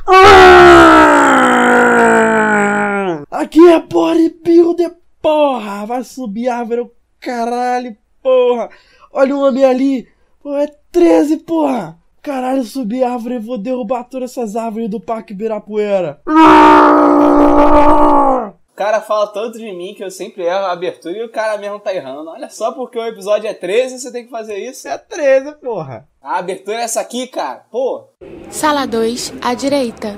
Aqui é bodybuilder, porra! Vai subir árvore, caralho, porra! Olha o homem ali! Pô, é 13, porra! Caralho, subir árvore, vou derrubar todas essas árvores do Parque Ibirapuera! O cara fala tanto de mim que eu sempre erro a abertura e o cara mesmo tá errando. Olha só, porque o episódio é 13 você tem que fazer isso. É 13, porra! A abertura é essa aqui, cara. Pô! Sala 2, à direita.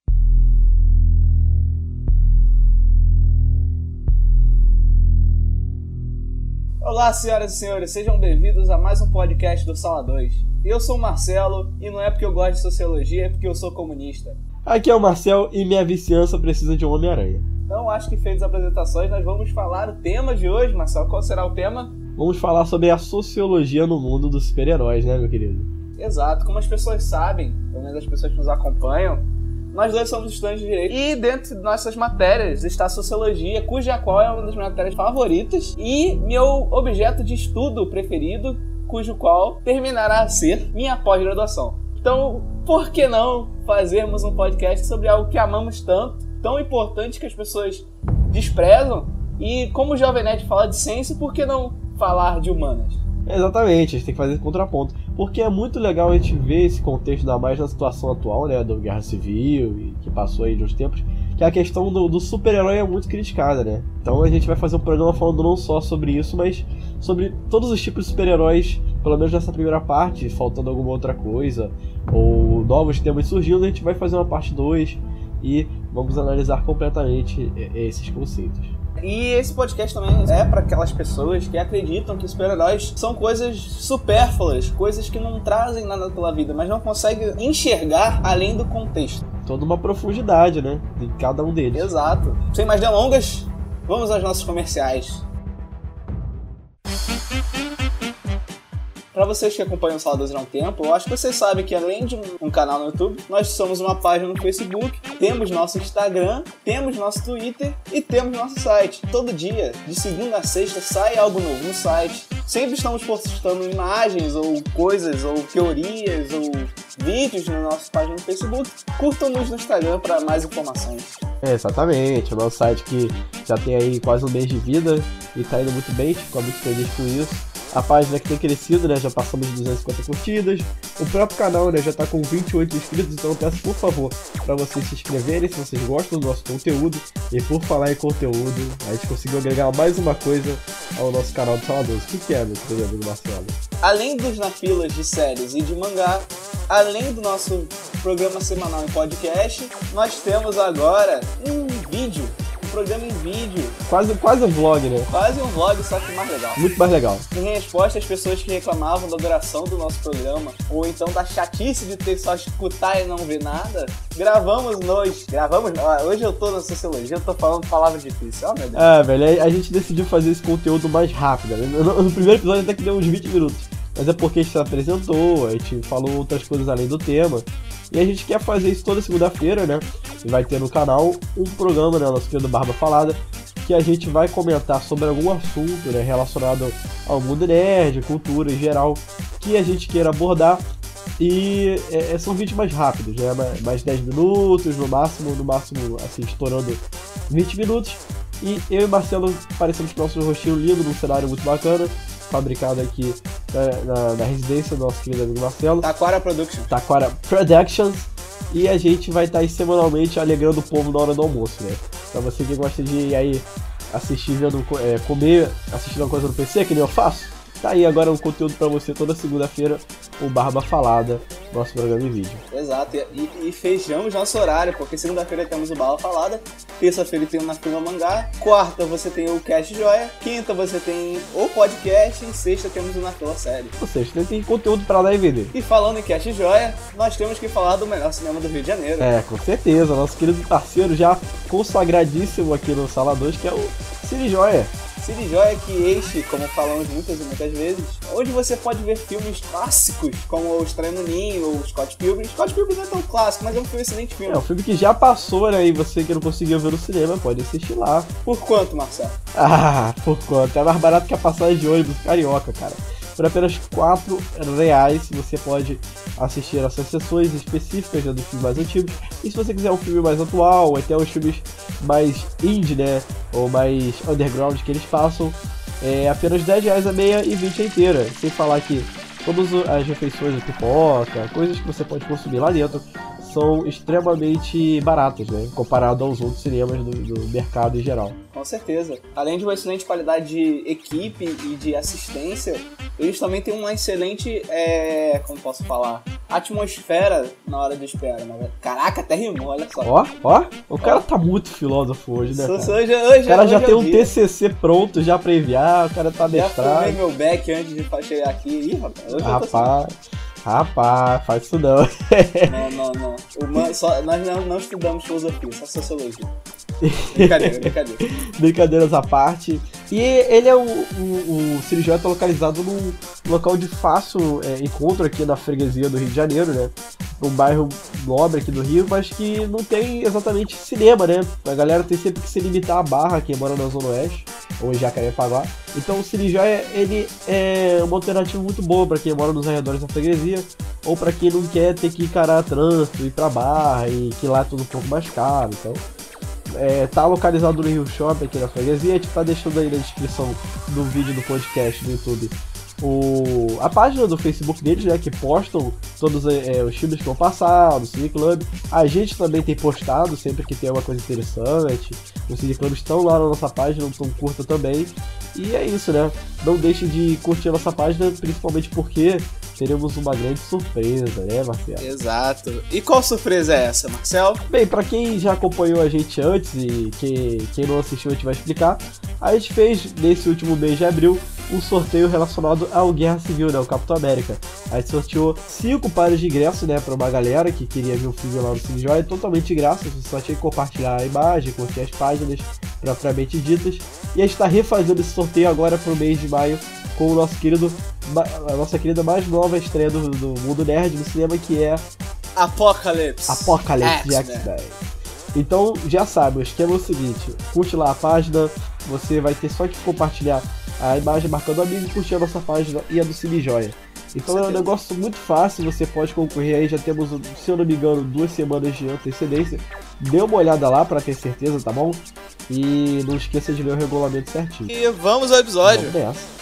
Olá, senhoras e senhores, sejam bem-vindos a mais um podcast do Sala 2. Eu sou o Marcelo e não é porque eu gosto de sociologia, é porque eu sou comunista. Aqui é o Marcel e minha vizinhança precisa de um Homem-Aranha. Então, acho que feitas as apresentações, nós vamos falar o tema de hoje. Marcelo, qual será o tema? Vamos falar sobre a sociologia no mundo dos super-heróis, né, meu querido? Exato, como as pessoas sabem, pelo menos as pessoas que nos acompanham, nós dois somos estudantes de Direito e dentro de nossas matérias está a Sociologia, cuja qual é uma das minhas matérias favoritas e meu objeto de estudo preferido, cujo qual terminará a ser minha pós-graduação. Então, por que não fazermos um podcast sobre algo que amamos tanto, tão importante que as pessoas desprezam? E como o Jovem Nerd fala de ciência, por que não falar de humanas? Exatamente, a gente tem que fazer esse contraponto. Porque é muito legal a gente ver esse contexto, ainda mais na situação atual, né, da Guerra Civil, e que passou aí de uns tempos, que a questão do super-herói é muito criticada, né? Então a gente vai fazer um programa falando não só sobre isso, mas sobre todos os tipos de super-heróis, pelo menos nessa primeira parte, faltando alguma outra coisa, ou novos temas surgindo, a gente vai fazer uma parte 2 e vamos analisar completamente esses conceitos. E esse podcast também é para aquelas pessoas que acreditam que super-heróis são coisas supérfluas, coisas que não trazem nada pela vida, mas não conseguem enxergar além do contexto. Toda uma profundidade, né, de cada um deles. Exato. Sem mais delongas, vamos aos nossos comerciais. Para vocês que acompanham o Sala 2 há um tempo, eu acho que vocês sabem que além de um canal no YouTube, nós somos uma página no Facebook, temos nosso Instagram, temos nosso Twitter e temos nosso site. Todo dia, de segunda a sexta, sai algo novo no site. Sempre estamos postando imagens ou coisas, ou teorias, ou vídeos na nossa página no Facebook. Curtam-nos no Instagram para mais informações. Exatamente, o nosso site que já tem aí quase um mês de vida e tá indo muito bem, a gente fica muito feliz com isso. A página que tem crescido, né, já passamos de 250 curtidas. O próprio canal, né, já tá com 28 inscritos, então eu peço, por favor, para vocês se inscreverem se vocês gostam do nosso conteúdo. E por falar em conteúdo, a gente conseguiu agregar mais uma coisa ao nosso canal do Sala 2. O que é, meu querido amigo Marcelo? Além dos nafilas de séries e de mangá, além do nosso programa semanal em podcast, nós temos agora um vídeo. Programa em vídeo. Quase um vlog, né? Quase um vlog, só que mais legal. Muito mais legal. Em resposta às pessoas que reclamavam da duração do nosso programa, ou então da chatice de ter só escutar e não ver nada, gravamos, hoje eu tô na sociologia, eu tô falando palavra difícil, ó meu Deus. Ah, velho, a gente decidiu fazer esse conteúdo mais rápido, né? No primeiro episódio até que deu uns 20 minutos. Mas é porque a gente se apresentou, a gente falou outras coisas além do tema. E a gente quer fazer isso toda segunda-feira, né? E vai ter no canal um programa, né? Nosso querido Barba Falada, que a gente vai comentar sobre algum assunto, né? Relacionado ao mundo nerd, cultura em geral, que a gente queira abordar. E são vídeos mais rápidos, né? Mais 10 minutos, no máximo, assim, estourando 20 minutos. E eu e Marcelo parecemos com o nosso rostinho lindo, num cenário muito bacana, fabricado aqui na residência do nosso querido amigo Marcelo. Taquara Productions. E a gente vai estar aí semanalmente alegrando o povo na hora do almoço, né? Pra você que gosta de ir aí assistir, comer, assistindo uma coisa no PC, que nem eu faço, tá aí agora um conteúdo pra você toda segunda-feira, o Barba Falada, nosso programa em vídeo. Exato, e fechamos nosso horário, porque segunda-feira temos o Barba Falada, terça-feira tem o Na Fila Mangá, quarta você tem o Cast Joia, quinta você tem o podcast e sexta temos o Na Fila Série. Ou seja, tem conteúdo pra dar e vender. E falando em Cast Joia, nós temos que falar do melhor cinema do Rio de Janeiro. É, com certeza, nosso querido parceiro já consagradíssimo aqui no Sala 2, que é o Cine Joia. Cine Joia, que este, como falamos muitas e muitas vezes, onde você pode ver filmes clássicos, como O Estranho no Ninho ou Scott Pilgrim. Scott Pilgrim não é tão clássico, mas é um excelente filme. É um filme que já passou, né, e você que não conseguiu ver no cinema, pode assistir lá. Por quanto, Marcelo? Por quanto? É mais barato que a passagem de ônibus carioca, cara. Por apenas R$4 você pode assistir essas sessões específicas, né, dos filmes mais antigos. E se você quiser um filme mais atual, ou até os filmes mais indie, né, ou mais underground que eles passam, é apenas R$10 a meia e 20 a inteira. Sem falar que todas as refeições de pipoca, coisas que você pode consumir lá dentro, são extremamente baratas, né, comparado aos outros cinemas do mercado em geral. Com certeza. Além de uma excelente qualidade de equipe e de assistência, eles também têm uma excelente, como posso falar, atmosfera na hora de espera, né? Caraca, até rimou, olha só. Ó, o cara tá muito filósofo hoje, né, cara? Hoje, o cara já tem um dia. TCC pronto já pra enviar, o cara tá mestrado. Já fumei meu back antes de chegar aqui. Ih, rapaz, hoje eu tô assim. Rapaz, faz isso não. Não. Nós não estudamos filosofia, só sociologia. Brincadeira. Brincadeiras à parte. E ele é o Cine Joia tá localizado num local de fácil encontro aqui na freguesia do Rio de Janeiro, né? Um bairro nobre aqui do Rio, mas que não tem exatamente cinema, né? A galera tem sempre que se limitar à Barra, quem mora na Zona Oeste, ou em Jacarepaguá. Então o Cine Joia, ele é uma alternativa muito boa para quem mora nos arredores da freguesia, ou para quem não quer ter que encarar trânsito, ir pra Barra, e que lá é tudo um pouco mais caro, então... tá localizado no Rio Shopping aqui na freguesia. A gente tá deixando aí na descrição do vídeo do podcast no YouTube a página do Facebook deles, né, que postam todos os filmes que vão passar no Cine Club. A gente também tem postado sempre que tem alguma coisa interessante. Os Cine Clubs estão lá na nossa página, então curta também. E é isso, né? Não deixe de curtir a nossa página, principalmente porque teremos uma grande surpresa, né, Marcelo? Exato. E qual surpresa é essa, Marcelo? Bem, pra quem já acompanhou a gente antes e quem não assistiu a gente vai explicar, a gente fez, nesse último mês de abril, um sorteio relacionado ao Guerra Civil, né, o Capitão América. A gente sorteou 5 pares de ingressos, né, pra uma galera que queria ver o filme lá no Cine Joia, totalmente de graça, você só tinha que compartilhar a imagem, curtir as páginas propriamente ditas. E a gente tá refazendo esse sorteio agora pro mês de maio com o a nossa querida mais nova estreia do Mundo Nerd no cinema, que é Apocalipse de X-Men. Então, já sabe, o esquema é o seguinte: curte lá a página, você vai ter só que compartilhar a imagem marcando o amigo e curtir a nossa página e a do Cine Joia. Então é um negócio muito fácil, você pode concorrer aí, já temos, se eu não me engano, 2 semanas de antecedência. Dê uma olhada lá pra ter certeza, tá bom? E não esqueça de ler o regulamento certinho. E vamos ao episódio. Vamos nessa.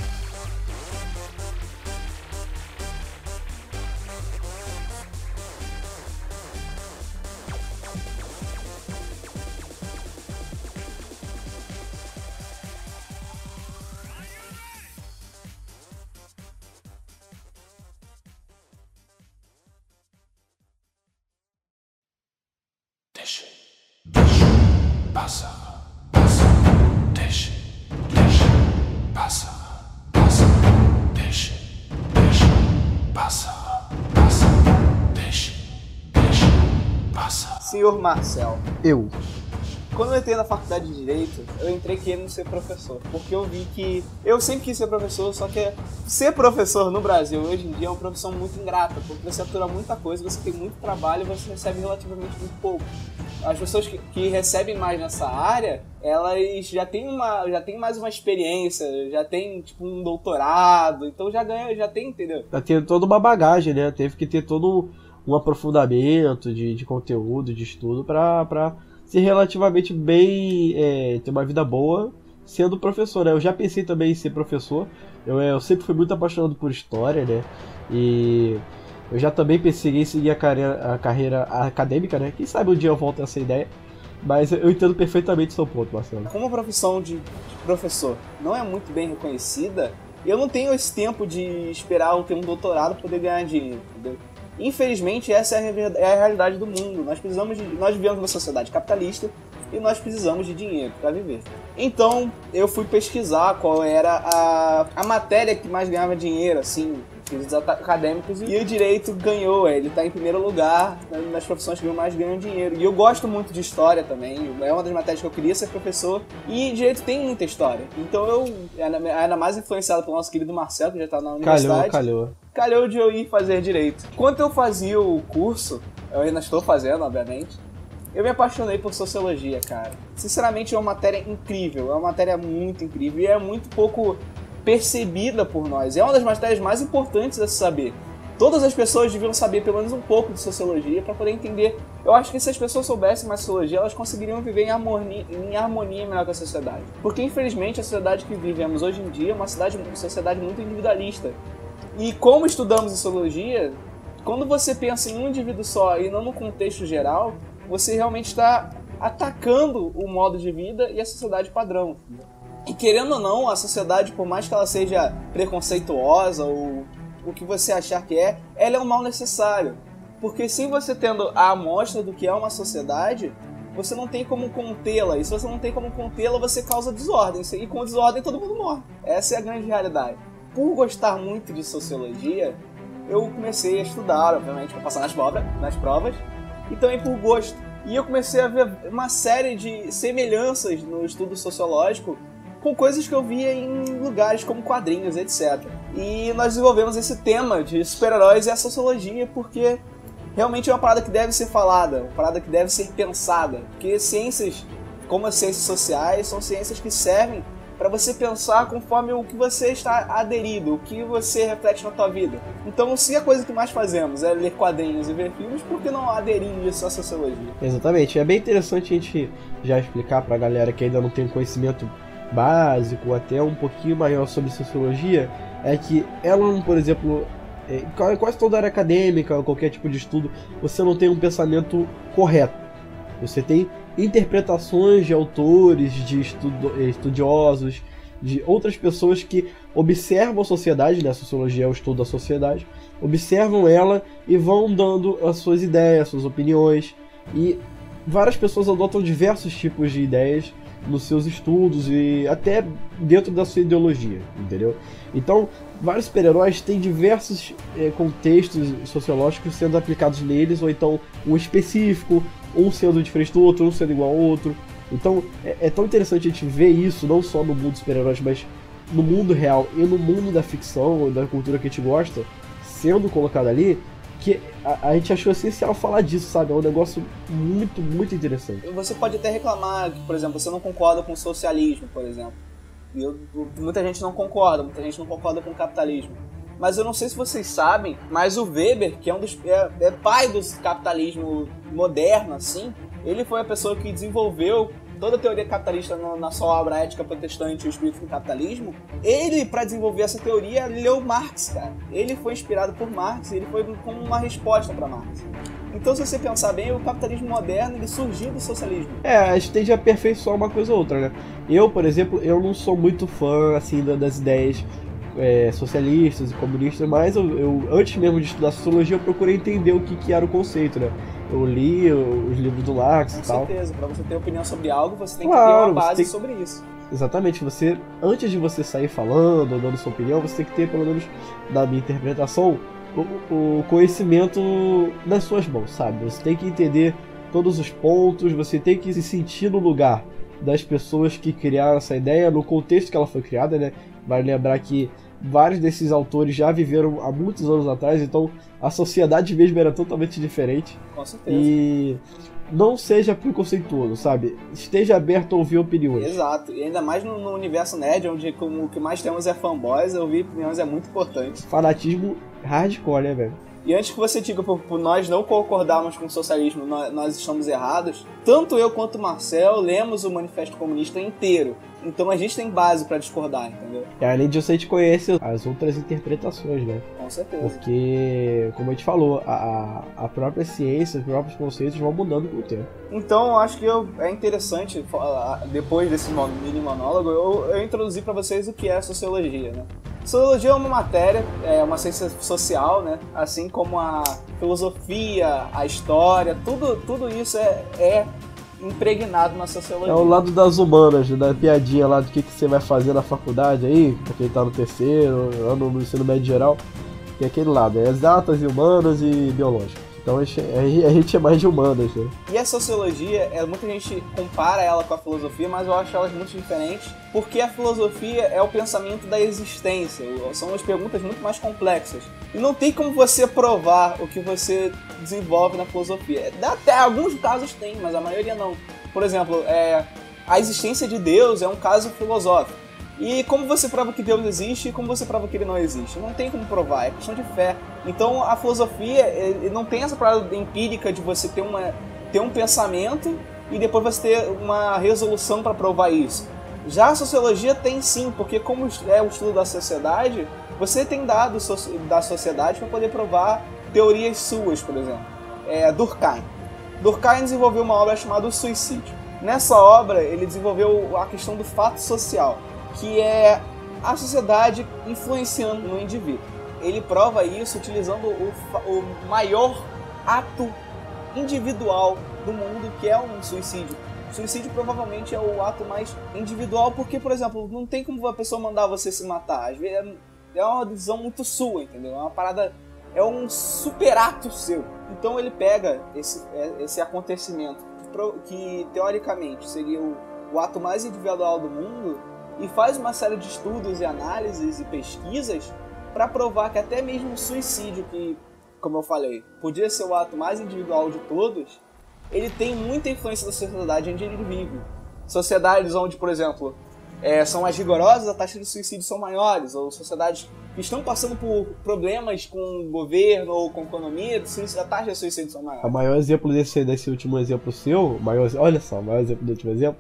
Senhor Marcel, Eu quando eu entrei na faculdade de Direito, eu entrei querendo ser professor, porque eu vi que eu sempre quis ser professor, só que ser professor no Brasil hoje em dia é uma profissão muito ingrata, porque você atura muita coisa, você tem muito trabalho e você recebe relativamente muito pouco. As pessoas que recebem mais nessa área, elas já têm mais uma experiência, já tem tipo um doutorado, então já tem, entendeu? já tem toda uma bagagem, né? Teve que ter todo um aprofundamento de conteúdo, de estudo pra ser relativamente bem, ter uma vida boa sendo professor, né? Eu já pensei também em ser professor, eu sempre fui muito apaixonado por história, né? E eu já também pensei em seguir a carreira acadêmica, né? Quem sabe um dia eu volto a essa ideia, mas eu entendo perfeitamente o seu ponto, Marcelo. Como a profissão de professor não é muito bem reconhecida, eu não tenho esse tempo de esperar eu ter um doutorado para poder ganhar dinheiro, entendeu? Infelizmente, essa é a realidade do mundo. Nós vivemos numa sociedade capitalista e nós precisamos de dinheiro para viver. Então, eu fui pesquisar qual era a matéria que mais ganhava dinheiro, assim, os acadêmicos, e o Direito ganhou, ele está em primeiro lugar nas profissões que mais ganham dinheiro. E eu gosto muito de História também, é uma das matérias que eu queria ser professor, e Direito tem muita História. Então eu, ainda mais influenciado pelo nosso querido Marcelo, que já está na universidade, calhou de eu ir fazer Direito. Enquanto eu fazia o curso, eu ainda estou fazendo, obviamente, eu me apaixonei por Sociologia, cara. Sinceramente, é uma matéria incrível, é uma matéria muito incrível, e é muito pouco percebida por nós. É uma das matérias mais importantes a se saber. Todas as pessoas deviam saber pelo menos um pouco de sociologia para poder entender. Eu acho que se as pessoas soubessem mais sociologia, elas conseguiriam viver em harmonia melhor com a sociedade. Porque, infelizmente, a sociedade que vivemos hoje em dia é uma sociedade muito individualista. E como estudamos sociologia, quando você pensa em um indivíduo só e não no contexto geral, você realmente está atacando o modo de vida e a sociedade padrão. E querendo ou não, a sociedade, por mais que ela seja preconceituosa ou o que você achar que ela é um mal necessário. Porque se você tendo a amostra do que é uma sociedade, você não tem como contê-la. E se você não tem como contê-la, você causa desordem. E com desordem todo mundo morre. Essa é a grande realidade. Por gostar muito de sociologia, eu comecei a estudar, obviamente, para passar nas provas, e também por gosto. E eu comecei a ver uma série de semelhanças no estudo sociológico com coisas que eu via em lugares como quadrinhos, etc. E nós desenvolvemos esse tema de super-heróis e a sociologia porque realmente é uma parada que deve ser falada, uma parada que deve ser pensada. Porque ciências, como as ciências sociais, são ciências que servem para você pensar conforme o que você está aderido, o que você reflete na tua vida. Então, se a coisa que mais fazemos é ler quadrinhos e ver filmes, por que não aderir isso à sociologia? Exatamente. É bem interessante a gente já explicar para a galera que ainda não tem conhecimento básico, até um pouquinho maior sobre sociologia, é que ela, por exemplo, quase toda área acadêmica, qualquer tipo de estudo, você não tem um pensamento correto. Você tem interpretações de autores, de estudiosos, de outras pessoas que observam a sociedade, né? A sociologia é o estudo da sociedade, observam ela e vão dando as suas ideias, as suas opiniões, e várias pessoas adotam diversos tipos de ideias nos seus estudos e até dentro da sua ideologia, entendeu? Então, vários super-heróis têm diversos contextos sociológicos sendo aplicados neles, ou então um específico, um sendo diferente do outro, um sendo igual ao outro. Então, é tão interessante a gente ver isso, não só no mundo dos super-heróis, mas no mundo real e no mundo da ficção, da cultura que a gente gosta, sendo colocado ali, que a gente achou essencial falar disso, sabe? É um negócio muito, muito interessante. Você pode até reclamar que, por exemplo, você não concorda com o socialismo, por exemplo. Muita gente não concorda com o capitalismo. Mas eu não sei se vocês sabem, mas o Weber, que é pai do capitalismo moderno, assim, ele foi a pessoa que desenvolveu toda a teoria capitalista na sua obra Ética Protestante e o Espírito do Capitalismo. Ele, para desenvolver essa teoria, leu Marx, cara. Ele foi inspirado por Marx e ele foi como uma resposta para Marx. Então, se você pensar bem, o capitalismo moderno, ele surgiu do socialismo. A gente tem de aperfeiçoar uma coisa ou outra, né? Eu, por exemplo, eu não sou muito fã, assim, das ideias socialistas e comunistas, mas eu antes mesmo de estudar sociologia, eu procurei entender o que era o conceito, né? Eu li os livros do Marx e tal. Com certeza, para você ter opinião sobre algo, você tem que ter uma base sobre isso. Exatamente, antes de você sair falando ou dando sua opinião, você tem que ter, pelo menos na minha interpretação, o conhecimento nas suas mãos, sabe? Você tem que entender todos os pontos, você tem que se sentir no lugar das pessoas que criaram essa ideia, no contexto que ela foi criada, né? Vale lembrar que vários desses autores já viveram há muitos anos atrás, então a sociedade mesmo era totalmente diferente. Com certeza. E não seja preconceituoso, sabe? Esteja aberto a ouvir opiniões. Exato, e ainda mais no universo nerd, onde o que mais temos é fanboys, ouvir opiniões é muito importante. Fanatismo hardcore, né, velho? E antes que você diga por nós não concordarmos com o socialismo, nós estamos errados, tanto eu quanto o Marcel lemos o Manifesto Comunista inteiro. Então a gente tem base pra discordar, entendeu? Além disso, a gente conhece as outras interpretações, né? Com certeza. Porque, como a gente falou, a própria ciência, os próprios conceitos vão mudando com o tempo. Então, eu acho que é interessante, depois desse mini monólogo, eu introduzir pra vocês o que é a sociologia, né? Sociologia é uma matéria, é uma ciência social, né? Assim como a filosofia, a história, tudo isso é impregnado na sociologia. É o lado das humanas, da piadinha lá do que você vai fazer na faculdade aí, pra quem tá no terceiro, lá no ensino médio geral. Tem aquele lado, exatas e humanas e biológicas. Então a gente é mais de humanas, né? E a sociologia, muita gente compara ela com a filosofia, mas eu acho elas muito diferentes, porque a filosofia é o pensamento da existência, são as perguntas muito mais complexas. E não tem como você provar o que você desenvolve na filosofia. Até alguns casos tem, mas a maioria não. Por exemplo, a existência de Deus é um caso filosófico. E como você prova que Deus existe e como você prova que ele não existe? Não tem como provar, é questão de fé. Então a filosofia não tem essa parada empírica de você ter um pensamento e depois você ter uma resolução para provar isso. Já a sociologia tem sim, porque como é o estudo da sociedade, você tem dados da sociedade para poder provar teorias suas, por exemplo. Durkheim. Durkheim desenvolveu uma obra chamada O Suicídio. Nessa obra, ele desenvolveu a questão do fato social, que é a sociedade influenciando no indivíduo. Ele prova isso utilizando o maior ato individual do mundo, que é um suicídio. O suicídio provavelmente é o ato mais individual, porque, por exemplo, não tem como a pessoa mandar você se matar. Às vezes é uma decisão muito sua, entendeu? É uma parada, é um super ato seu. Então ele pega esse acontecimento, que teoricamente seria o ato mais individual do mundo, e faz uma série de estudos e análises e pesquisas para provar que até mesmo o suicídio, que, como eu falei, podia ser o ato mais individual de todos, ele tem muita influência da sociedade onde ele vive. Sociedades onde, por exemplo, são mais rigorosas, a taxa de suicídio são maiores, ou sociedades que estão passando por problemas com o governo ou com a economia, a taxa de suicídio são maiores. O maior exemplo desse último exemplo seu, olha só, o maior exemplo do último exemplo,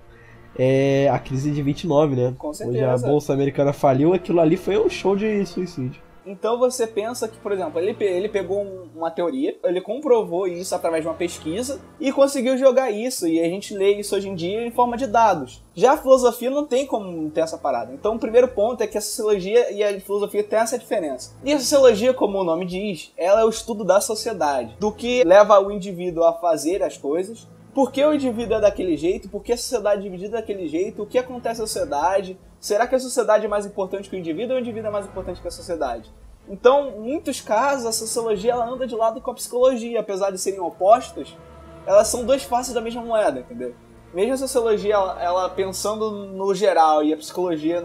é a crise de 29, né? Com certeza. Onde a Bolsa Americana faliu, aquilo ali foi um show de suicídio. Então você pensa que, por exemplo, ele pegou uma teoria, ele comprovou isso através de uma pesquisa e conseguiu jogar isso, e a gente lê isso hoje em dia em forma de dados. Já a filosofia não tem como ter essa parada. Então o primeiro ponto é que a sociologia e a filosofia têm essa diferença. E a sociologia, como o nome diz, ela é o estudo da sociedade, do que leva o indivíduo a fazer as coisas, por que o indivíduo é daquele jeito, por que a sociedade é dividida daquele jeito, o que acontece na sociedade, será que a sociedade é mais importante que o indivíduo ou o indivíduo é mais importante que a sociedade? Então, em muitos casos, a sociologia ela anda de lado com a psicologia, apesar de serem opostas, elas são duas faces da mesma moeda, entendeu? Mesmo a sociologia, ela pensando no geral e a psicologia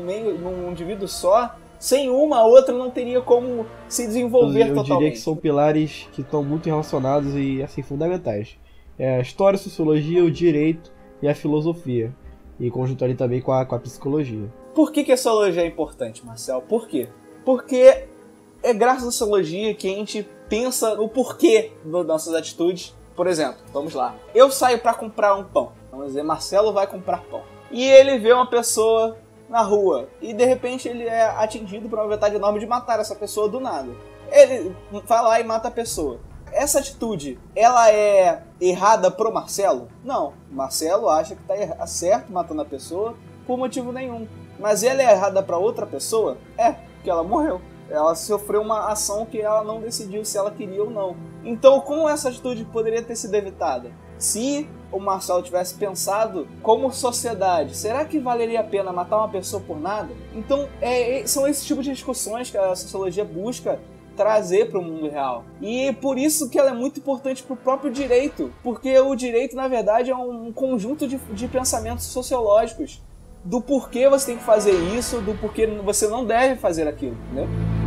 num indivíduo só, sem uma, a outra não teria como se desenvolver totalmente. Eu diria que são pilares que estão muito relacionados e, assim, fundamentais. A história, a sociologia, o direito e a filosofia. E conjunto ali também com a psicologia. Por que a sociologia é importante, Marcel? Por quê? Porque é graças à sociologia que a gente pensa no porquê das nossas atitudes. Por exemplo, vamos lá. Eu saio para comprar um pão. Vamos dizer, Marcelo vai comprar pão. E ele vê uma pessoa na rua. E de repente ele é atingido por uma vontade enorme de matar essa pessoa do nada. Ele vai lá e mata a pessoa. Essa atitude, ela é errada pro Marcelo? Não. O Marcelo acha que tá certo matando a pessoa por motivo nenhum. Mas ela é errada pra outra pessoa? Porque ela morreu. Ela sofreu uma ação que ela não decidiu se ela queria ou não. Então, como essa atitude poderia ter sido evitada? Se o Marcelo tivesse pensado como sociedade, será que valeria a pena matar uma pessoa por nada? Então, são esses tipos de discussões que a sociologia busca trazer para o mundo real. E por isso que ela é muito importante para o próprio direito, porque o direito, na verdade, é um conjunto de pensamentos sociológicos do porquê você tem que fazer isso, do porquê você não deve fazer aquilo, entendeu?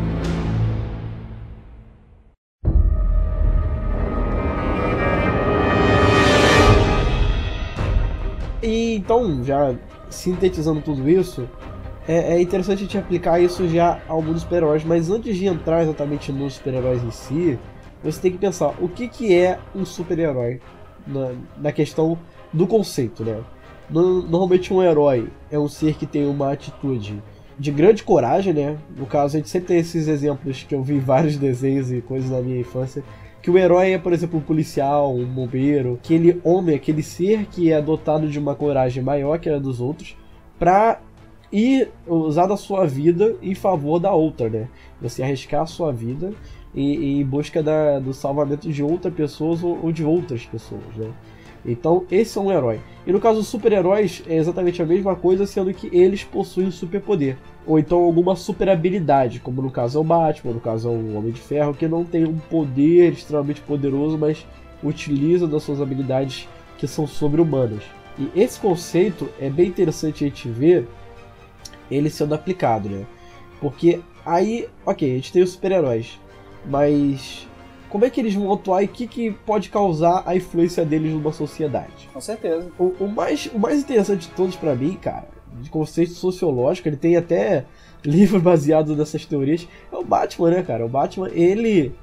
E então, já sintetizando tudo isso, é interessante a gente aplicar isso já ao mundo dos super-heróis, mas antes de entrar exatamente nos super-heróis em si, você tem que pensar o que é um super-herói na questão do conceito, né? Normalmente um herói é um ser que tem uma atitude de grande coragem, né? No caso, a gente sempre tem esses exemplos que eu vi em vários desenhos e coisas na minha infância, que o herói é, por exemplo, um policial, um bombeiro, aquele homem, aquele ser que é dotado de uma coragem maior que a dos outros, pra ir usar da sua vida em favor da outra, né? Você arriscar a sua vida em busca do salvamento de outras pessoas ou de outras pessoas, né? Então, esse é um herói. E no caso dos super-heróis, é exatamente a mesma coisa, sendo que eles possuem um superpoder. Ou então alguma super habilidade, como no caso é o Batman, no caso é o Homem de Ferro, que não tem um poder extremamente poderoso, mas utiliza das suas habilidades que são sobre-humanas. E esse conceito é bem interessante a gente ver ele sendo aplicado, né? Porque aí, ok, a gente tem os super-heróis, mas como é que eles vão atuar e o que pode causar a influência deles numa sociedade? Com certeza. O mais interessante de todos pra mim, cara, de conceito sociológico, ele tem até livro baseado nessas teorias, é o Batman, né, cara? O Batman, ele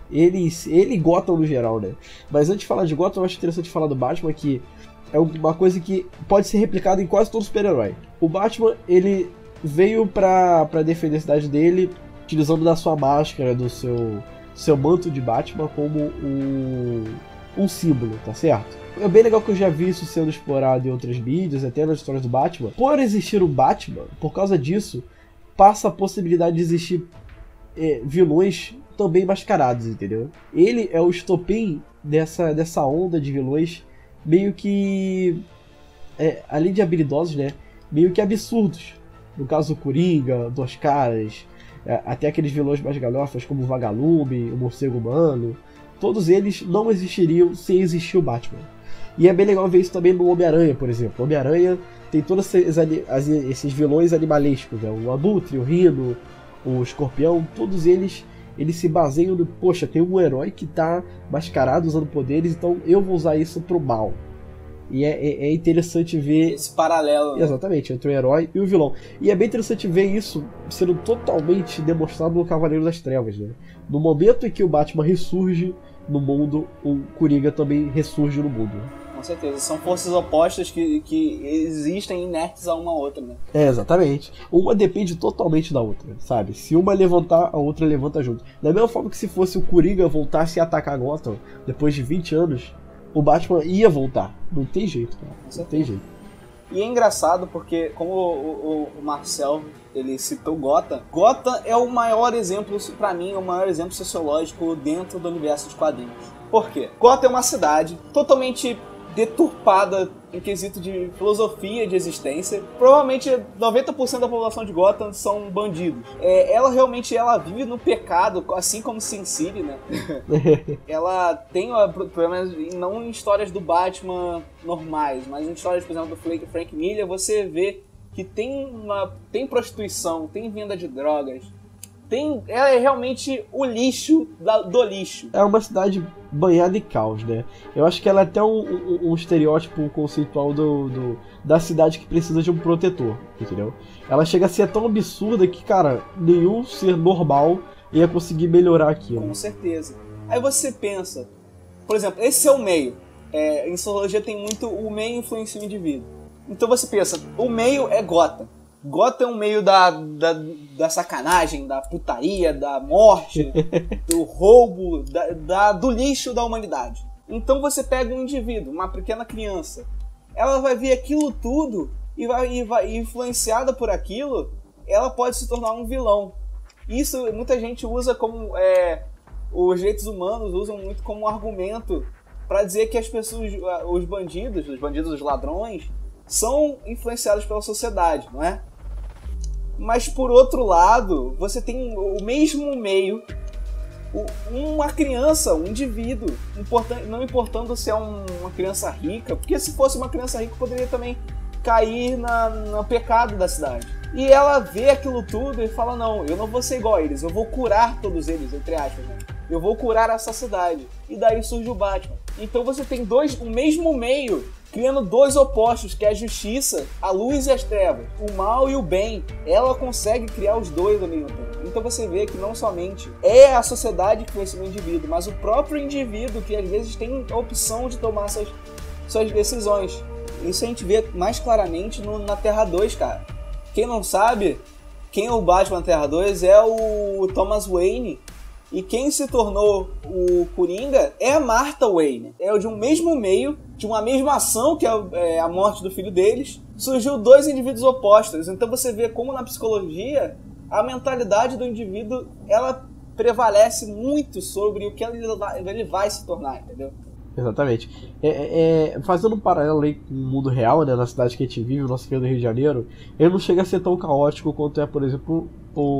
Gotham no geral, né? Mas antes de falar de Gotham, eu acho interessante falar do Batman, que é uma coisa que pode ser replicada em quase todo super-herói. O Batman, ele veio pra defender a cidade dele, utilizando da sua máscara, do seu manto de Batman como um símbolo, tá certo? É bem legal que eu já vi isso sendo explorado em outras mídias, até nas histórias do Batman. Por existir o Batman, por causa disso, passa a possibilidade de existir vilões também mascarados, entendeu? Ele é o estopim dessa onda de vilões meio que, além de habilidosos, né, meio que absurdos. No caso do Coringa, Duas Caras, até aqueles vilões mais galhofas como o Vagalume, o Morcego Humano, todos eles não existiriam sem existir o Batman. E é bem legal ver isso também no Homem-Aranha, por exemplo. O Homem-Aranha tem todos esses vilões animalescos, né? O Abutre, o Rino, o Escorpião, todos eles se baseiam no, poxa, tem um herói que tá mascarado usando poderes, então eu vou usar isso pro mal. E é interessante ver esse paralelo, né? Exatamente, entre o herói e o vilão. E é bem interessante ver isso sendo totalmente demonstrado no Cavaleiro das Trevas, né? No momento em que o Batman ressurge no mundo, o Coringa também ressurge no mundo. Com certeza, são forças opostas que existem inertes a uma outra, né? Exatamente. Uma depende totalmente da outra, sabe? Se uma levantar, a outra levanta junto. Da mesma forma que se fosse o Coringa voltasse a atacar Gotham depois de 20 anos, o Batman ia voltar. Não tem jeito, cara. Não tem jeito. E é engraçado porque, como o Marcel, ele citou Gotham. Gotham é o maior exemplo, pra mim, o maior exemplo sociológico dentro do universo de quadrinhos. Por quê? Gotham é uma cidade totalmente deturpada em quesito de filosofia de existência. Provavelmente 90% da população de Gotham são bandidos. Ela realmente vive no pecado, assim como Sin City, né? Ela tem, pelo menos não em histórias do Batman normais, mas em histórias, por exemplo, do Frank Miller, você vê que tem prostituição, tem venda de drogas. Ela é realmente o lixo do lixo. É uma cidade banhada em caos, né? Eu acho que ela é até um estereótipo conceitual da cidade que precisa de um protetor, entendeu? Ela chega a ser tão absurda que, cara, nenhum ser normal ia conseguir melhorar aquilo. Com certeza. Aí você pensa, por exemplo, esse é o meio. Em sociologia tem muito o meio influencia o indivíduo. Então você pensa, o meio é Gotham. Gotham é um meio da sacanagem, da putaria, da morte, do roubo, do lixo da humanidade. Então você pega um indivíduo, uma pequena criança, ela vai ver aquilo tudo e vai influenciada por aquilo, ela pode se tornar um vilão. Isso muita gente usa como... os direitos humanos usam muito como argumento para dizer que as pessoas, os bandidos, os ladrões, são influenciados pela sociedade, não é? Mas por outro lado, você tem o mesmo meio, uma criança, um indivíduo, não importando se é uma criança rica, porque se fosse uma criança rica poderia também cair no pecado da cidade. E ela vê aquilo tudo e fala, não, eu não vou ser igual a eles, eu vou curar todos eles, entre aspas, né? Eu vou curar essa cidade. E daí surge o Batman. Então você tem o mesmo meio, criando dois opostos, que é a justiça, a luz e as trevas, o mal e o bem. Ela consegue criar os dois ao mesmo tempo. Então você vê que não somente é a sociedade que influencia o indivíduo, mas o próprio indivíduo que às vezes tem a opção de tomar suas decisões. Isso a gente vê mais claramente na Terra 2, cara. Quem não sabe, quem é o Batman na Terra 2 é o Thomas Wayne. E quem se tornou o Coringa é a Martha Wayne. É de um mesmo meio, de uma mesma ação, que é a morte do filho deles, surgiu dois indivíduos opostos. Então você vê como na psicologia a mentalidade do indivíduo ela prevalece muito sobre o que ele vai se tornar, entendeu? Exatamente. Fazendo um paralelo aí com o mundo real, né, na cidade que a gente vive, o nosso querido Rio de Janeiro, ele não chega a ser tão caótico quanto é, por exemplo,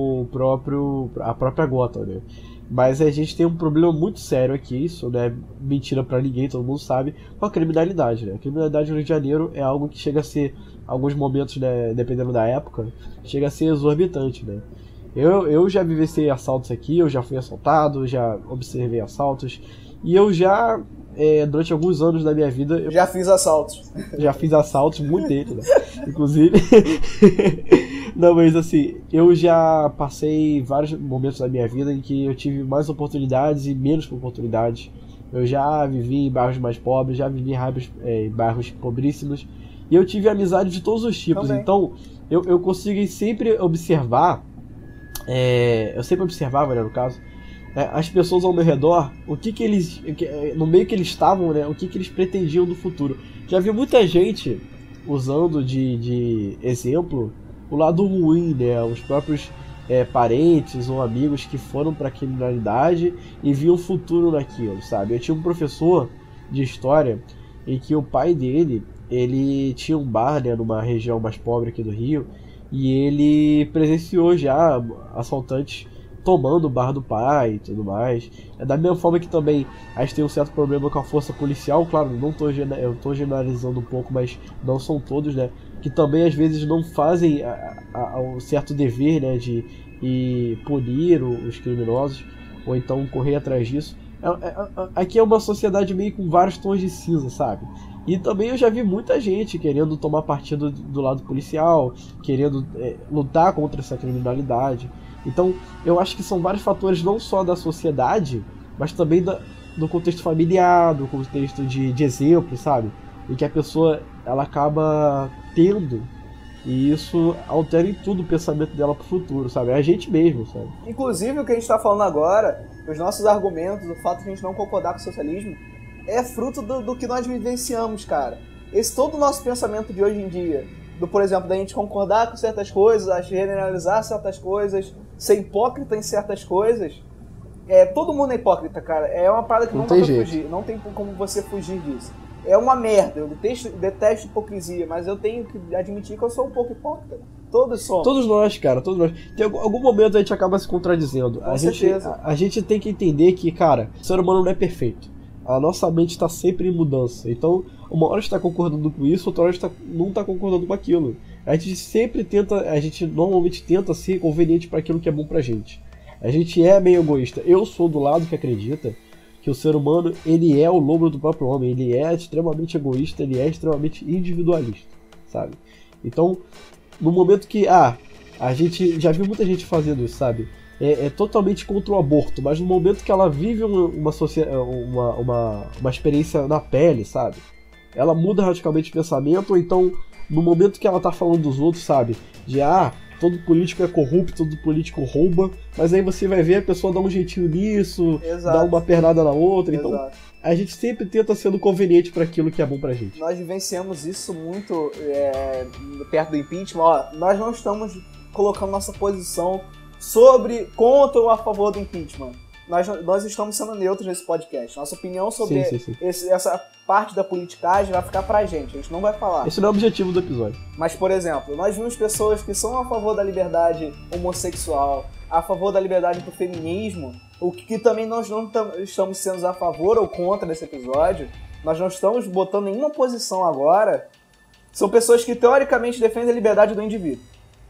a própria Gotham, né? Mas a gente tem um problema muito sério aqui, isso não é mentira pra ninguém, todo mundo sabe, com a criminalidade, né? A criminalidade no Rio de Janeiro é algo que chega a ser, alguns momentos, né, dependendo da época, chega a ser exorbitante, né? Eu já vivenciei assaltos aqui, eu já fui assaltado, já observei assaltos, e eu já durante alguns anos da minha vida... Já fiz assaltos. Já fiz assaltos, muito deles, né? Inclusive... Não, mas assim, eu já passei vários momentos da minha vida em que eu tive mais oportunidades e menos oportunidades. Eu já vivi em bairros mais pobres, já vivi em bairros pobríssimos. E eu tive amizade de todos os tipos. Também. Então, eu consegui sempre observar... eu sempre observava, né, no caso... as pessoas ao meu redor, no meio que eles estavam, né, o que eles pretendiam do futuro. Já vi muita gente usando de exemplo o lado ruim, né, os próprios parentes ou amigos que foram para a criminalidade e viam futuro naquilo, sabe? Eu tinha um professor de história em que o pai dele, ele tinha um bar, né, numa região mais pobre aqui do Rio, e ele presenciou já assaltantes tomando o bar do pai e tudo mais. Da mesma forma que também a gente tem um certo problema com a força policial, claro, eu tô generalizando um pouco, mas não são todos, né? Que também às vezes não fazem o certo dever, né, de punir os criminosos, ou então correr atrás disso. Aqui é uma sociedade meio com vários tons de cinza, sabe? E também eu já vi muita gente querendo tomar partido do lado policial, querendo lutar contra essa criminalidade. Então, eu acho que são vários fatores não só da sociedade, mas também do contexto familiar, do contexto de exemplo, sabe? E que a pessoa, ela acaba tendo, e isso altera em tudo o pensamento dela pro futuro, sabe? É a gente mesmo, sabe? Inclusive, o que a gente tá falando agora, os nossos argumentos, o fato de a gente não concordar com o socialismo, é fruto do que nós vivenciamos, cara. Todo o nosso pensamento de hoje em dia, por exemplo, da gente concordar com certas coisas, generalizar certas coisas, ser hipócrita em certas coisas, todo mundo é hipócrita, cara. É uma parada que não dá pra fugir. Não tem como você fugir disso. É uma merda. Eu detesto hipocrisia, mas eu tenho que admitir que eu sou um pouco hipócrita. Todos somos. Todos nós, cara. Todos nós. Tem algum momento a gente acaba se contradizendo. Com certeza. A gente tem que entender que, cara, o ser humano não é perfeito. A nossa mente está sempre em mudança. Então, uma hora está concordando com isso, outra hora não está concordando com aquilo. A gente normalmente tenta ser conveniente para aquilo que é bom pra gente. A gente é meio egoísta. Eu sou do lado que acredita que o ser humano, ele é o lobo do próprio homem. Ele é extremamente egoísta, ele é extremamente individualista, sabe? Então, no momento que, a gente já viu muita gente fazendo isso, sabe? É totalmente contra o aborto, mas no momento que ela vive uma experiência na pele, sabe? Ela muda radicalmente o pensamento, ou então, no momento que ela tá falando dos outros, sabe? De, todo político é corrupto, todo político rouba, mas aí você vai ver a pessoa dar um jeitinho nisso, dar uma pernada na outra, então a gente sempre tenta sendo conveniente para aquilo que é bom pra gente. Nós vivenciamos isso muito perto do impeachment. Nós não estamos colocando nossa posição contra ou a favor do impeachment. Nós estamos sendo neutros nesse podcast. Nossa opinião sobre essa parte da politicagem vai ficar pra gente. A gente não vai falar. Esse não é o objetivo do episódio. Mas, por exemplo, nós vimos pessoas que são a favor da liberdade homossexual, a favor da liberdade do feminismo, o que também nós não estamos sendo a favor ou contra nesse episódio. Nós não estamos botando nenhuma posição agora. São pessoas que, teoricamente, defendem a liberdade do indivíduo.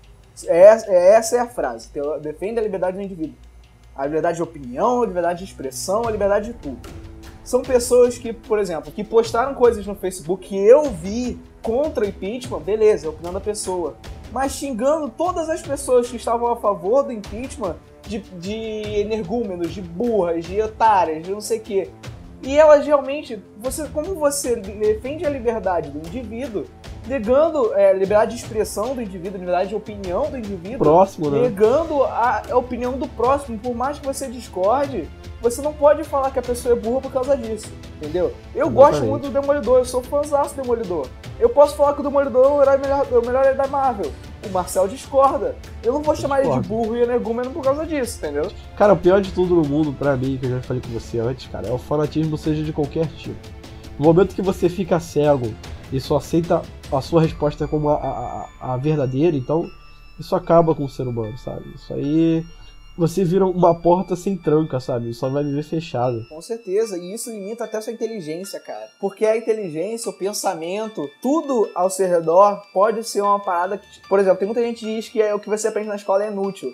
Essa é a frase. Defende a liberdade do indivíduo. A liberdade de opinião, a liberdade de expressão, a liberdade de tudo. São pessoas que, por exemplo, que postaram coisas no Facebook que eu vi contra o impeachment, beleza, é a opinião da pessoa. Mas xingando todas as pessoas que estavam a favor do impeachment de energúmenos, de burras, de otárias, de não sei o quê. E elas realmente, como você defende a liberdade do indivíduo, negando a liberdade de expressão do indivíduo, a liberdade de opinião do indivíduo, próximo, né? Negando a opinião do próximo, por mais que você discorde, você não pode falar que a pessoa é burra por causa disso, entendeu? Eu gosto muito do Demolidor, eu sou fãzaço do Demolidor. Eu posso falar que o Demolidor é o melhor herói da Marvel. O Marcel discorda. Eu não vou chamar ele de burro e energúmeno por causa disso, entendeu? Cara, o pior de tudo no mundo, pra mim, que eu já falei com você antes, cara, é o fanatismo, seja de qualquer tipo. No momento que você fica cego e só aceita a sua resposta como a verdadeira, então isso acaba com o ser humano, sabe? Isso aí, você vira uma porta sem tranca, sabe? Só vai viver fechado. Com certeza, e isso limita até a sua inteligência, cara. Porque a inteligência, o pensamento, tudo ao seu redor pode ser uma parada que, por exemplo, tem muita gente que diz que o que você aprende na escola é inútil.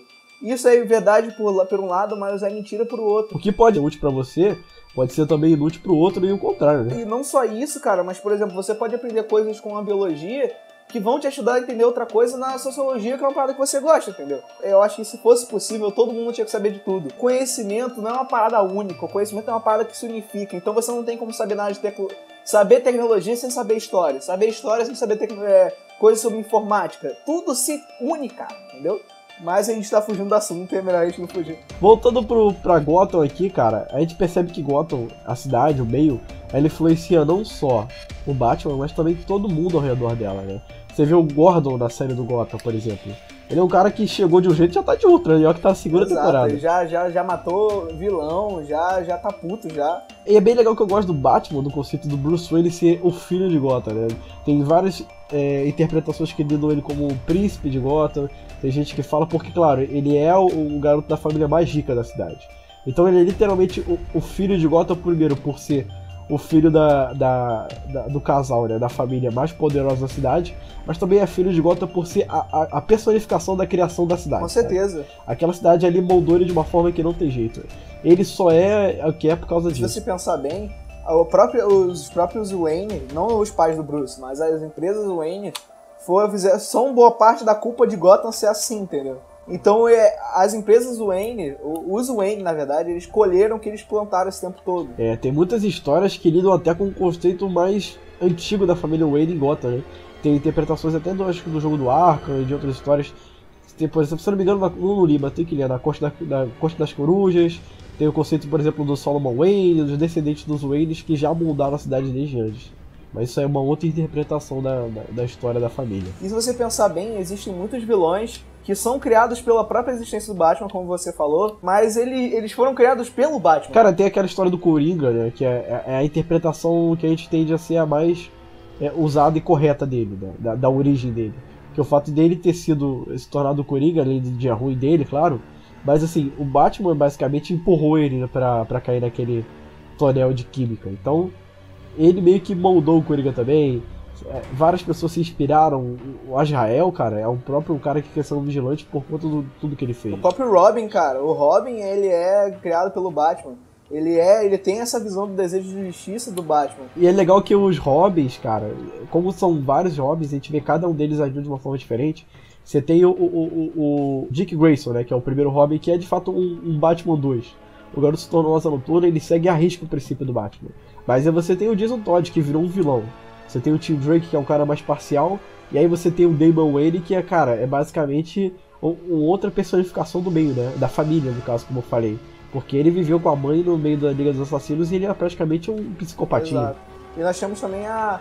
Isso é verdade por um lado, mas é mentira por outro. O que pode ser útil pra você, pode ser também inútil pro outro e o contrário, né? E não só isso, cara, mas, por exemplo, você pode aprender coisas com a biologia que vão te ajudar a entender outra coisa na sociologia, que é uma parada que você gosta, entendeu? Eu acho que se fosse possível, todo mundo tinha que saber de tudo. Conhecimento não é uma parada única, o conhecimento é uma parada que se unifica, então você não tem como saber nada de saber tecnologia sem saber história sem saber coisas sobre informática. Tudo se une, cara, entendeu? Mas a gente tá fugindo do assunto, é melhor a gente não fugir. Voltando pra Gotham aqui, cara, a gente percebe que Gotham, a cidade, o meio, ela influencia não só o Batman, mas também todo mundo ao redor dela, né? Você vê o Gordon da série do Gotham, por exemplo. Ele é um cara que chegou de um jeito e já tá de outra, e olha que tá na segunda temporada. Ele já matou vilão, já tá puto, já. E é bem legal que eu gosto do Batman, do conceito do Bruce Wayne ser o filho de Gotham, né? Tem várias interpretações que lidam ele como o príncipe de Gotham. Tem gente que fala porque, claro, ele é o garoto da família mais rica da cidade. Então ele é literalmente o filho de Gotham, primeiro, por ser o filho do casal, né, da família mais poderosa da cidade, mas também é filho de Gotham por ser a personificação da criação da cidade. Com certeza. Né? Aquela cidade ali moldou ele de uma forma que não tem jeito. Ele só é o que é por causa disso. Se você pensar bem, os próprios Wayne, não os pais do Bruce, mas as empresas Wayne são boa parte da culpa de Gotham ser assim, entendeu? Então as empresas Wayne, os Wayne na verdade, eles colheram o que eles plantaram esse tempo todo. Tem muitas histórias que lidam até com o conceito mais antigo da família Wayne em Gotham, né? Tem interpretações até do jogo do Arkham e de outras histórias. Tem, por exemplo, se eu não me engano, no Lima tem que ler na Corte das Corujas. Tem o conceito, por exemplo, do Solomon Wayne, dos descendentes dos Waynes que já moldaram a cidade desde antes. Mas isso é uma outra interpretação da história da família. E se você pensar bem, existem muitos vilões que são criados pela própria existência do Batman, como você falou, mas eles foram criados pelo Batman. Cara, tem aquela história do Coringa, né, que é a interpretação que a gente tende a ser a mais usada e correta dele, né, da origem dele. Que o fato dele ter se tornado o Coringa, além do dia ruim dele, claro, mas assim, o Batman basicamente empurrou ele, né, pra cair naquele tonel de química. Então, ele meio que moldou o Coringa também. Várias pessoas se inspiraram. O Azrael, cara, é o próprio cara que quer ser um vigilante por conta de tudo que ele fez. O próprio Robin, cara. O Robin, ele é criado pelo Batman. Ele tem essa visão do desejo de justiça do Batman. E é legal que os Robins, cara, como são vários Robins, a gente vê cada um deles agindo de uma forma diferente. Você tem o Dick Grayson, né, que é o primeiro Robin, que é de fato um Batman 2. O garoto se tornou Asa Noturna, ele segue a risca o princípio do Batman. Mas aí você tem o Jason Todd, que virou um vilão. Você tem o Tim Drake, que é um cara mais parcial. E aí você tem o Damon Wayne, que é basicamente outra personificação do meio, né? Da família, no caso, como eu falei. Porque ele viveu com a mãe no meio da Liga dos Assassinos e ele é praticamente um psicopatinho. Exato. E nós temos também a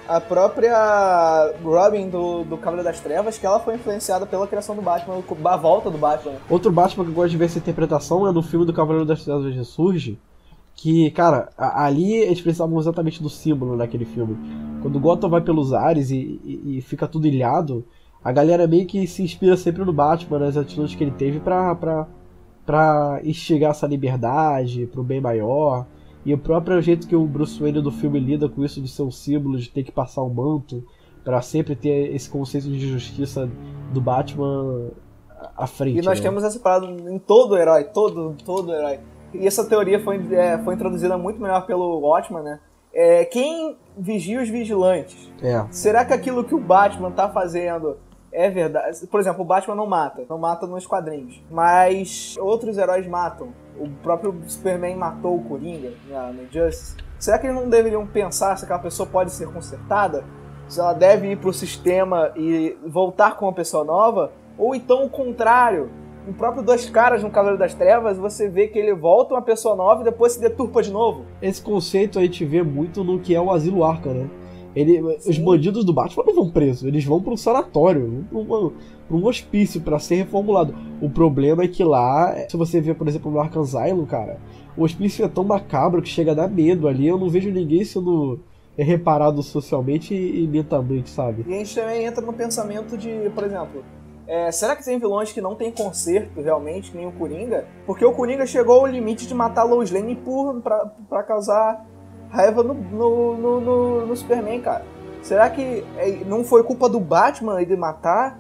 própria Robin do Cavaleiro das Trevas, que ela foi influenciada pela criação do Batman, a volta do Batman. Outro Batman que eu gosto de ver essa interpretação é no filme do Cavaleiro das Trevas Ressurge, que, cara, ali eles precisavam exatamente do símbolo naquele filme. Quando Gotham vai pelos ares e fica tudo ilhado, a galera meio que se inspira sempre no Batman, nas atitudes que ele teve pra instigar essa liberdade, pro bem maior. E o próprio jeito que o Bruce Wayne do filme lida com isso de ser um símbolo, de ter que passar o manto, pra sempre ter esse conceito de justiça do Batman à frente. E nós temos essa parada em todo herói, todo herói. E essa teoria foi introduzida muito melhor pelo Watchman, né? Quem vigia os vigilantes? Será que aquilo que o Batman tá fazendo é verdade? Por exemplo, o Batman não mata nos quadrinhos, mas outros heróis matam. O próprio Superman matou o Coringa no Injustice. Será que eles não deveriam pensar se aquela pessoa pode ser consertada? Se ela deve ir pro sistema e voltar com uma pessoa nova? Ou então o contrário? O próprio Dois Caras no Cavaleiro das Trevas, você vê que ele volta uma pessoa nova e depois se deturpa de novo. Esse conceito a gente vê muito no que é o Asilo Arkham, né? Os bandidos do Batman não vão presos, eles vão para um sanatório, para um hospício para ser reformulado. O problema é que lá, se você vê, por exemplo, no Arkham Asylum, cara, o hospício é tão macabro que chega a dar medo ali. Eu não vejo ninguém sendo reparado socialmente e mentalmente, sabe? E a gente também entra no pensamento de, por exemplo, será que tem vilões que não tem conserto realmente, que nem o Coringa? Porque o Coringa chegou ao limite de matar Lois Lane pra causar raiva no Superman, cara. Será que não foi culpa do Batman ele matar?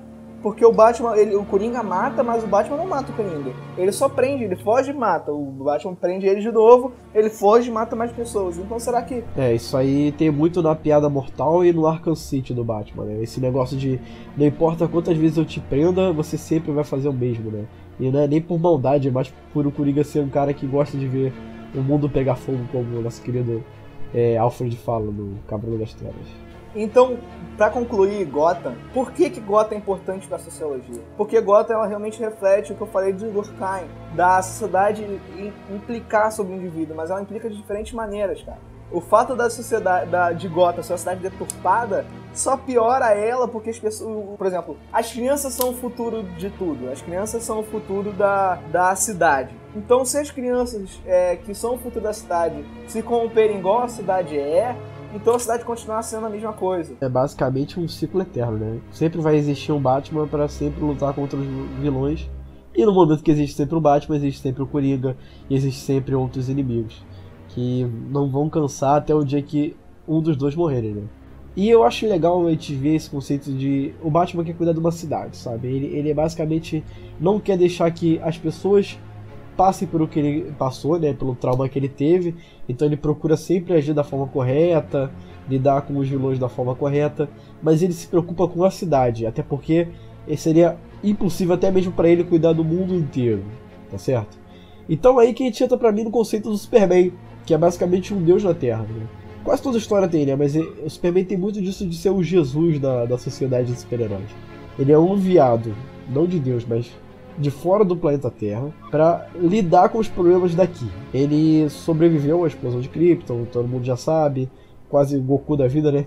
Porque o Batman, o Coringa mata, mas o Batman não mata o Coringa. Ele só prende, ele foge e mata. O Batman prende ele de novo, ele foge e mata mais pessoas. Então será que... Isso aí tem muito na Piada Mortal e no Arkham City do Batman, né? Esse negócio de não importa quantas vezes eu te prenda, você sempre vai fazer o mesmo, né? E não é nem por maldade, é mais por o Coringa ser um cara que gosta de ver o mundo pegar fogo, como o nosso querido Alfred fala no Cavaleiro das Trevas. Então, pra concluir Gotham, por que Gotham é importante pra sociologia? Porque Gotham, ela realmente reflete o que eu falei de Durkheim, da sociedade implicar sobre o indivíduo, mas ela implica de diferentes maneiras, cara. O fato da sociedade de Gotham ser uma cidade deturpada só piora ela porque as pessoas, por exemplo, as crianças são o futuro de tudo, as crianças são o futuro da cidade. Então, se as crianças que são o futuro da cidade se corromperem igual a cidade então a cidade continua sendo a mesma coisa. É basicamente um ciclo eterno, né? Sempre vai existir um Batman para sempre lutar contra os vilões. E no momento que existe sempre o Batman, existe sempre o Coringa, e existe sempre outros inimigos que não vão cansar até o dia que um dos dois morrerem, né? E eu acho legal a gente ver esse conceito de... O Batman quer cuidar de uma cidade, sabe? Ele basicamente não quer deixar que as pessoas passem por o que ele passou, né? Pelo trauma que ele teve. Então ele procura sempre agir da forma correta, lidar com os vilões da forma correta. Mas ele se preocupa com a cidade, até porque seria impossível até mesmo para ele cuidar do mundo inteiro, tá certo? Então aí que a gente entra pra mim no conceito do Superman, que é basicamente um deus na Terra, né? Quase toda a história tem, né? Mas o Superman tem muito disso de ser o Jesus da sociedade de super-heróis. Ele é um enviado, não de Deus, mas de fora do planeta Terra, para lidar com os problemas daqui. Ele sobreviveu à explosão de Krypton, todo mundo já sabe, quase o Goku da vida, né?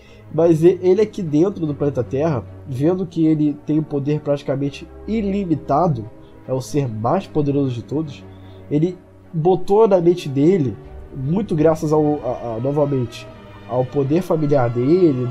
Mas ele aqui dentro do planeta Terra, vendo que ele tem um poder praticamente ilimitado, é o ser mais poderoso de todos, ele botou na mente dele, muito graças novamente ao poder familiar dele,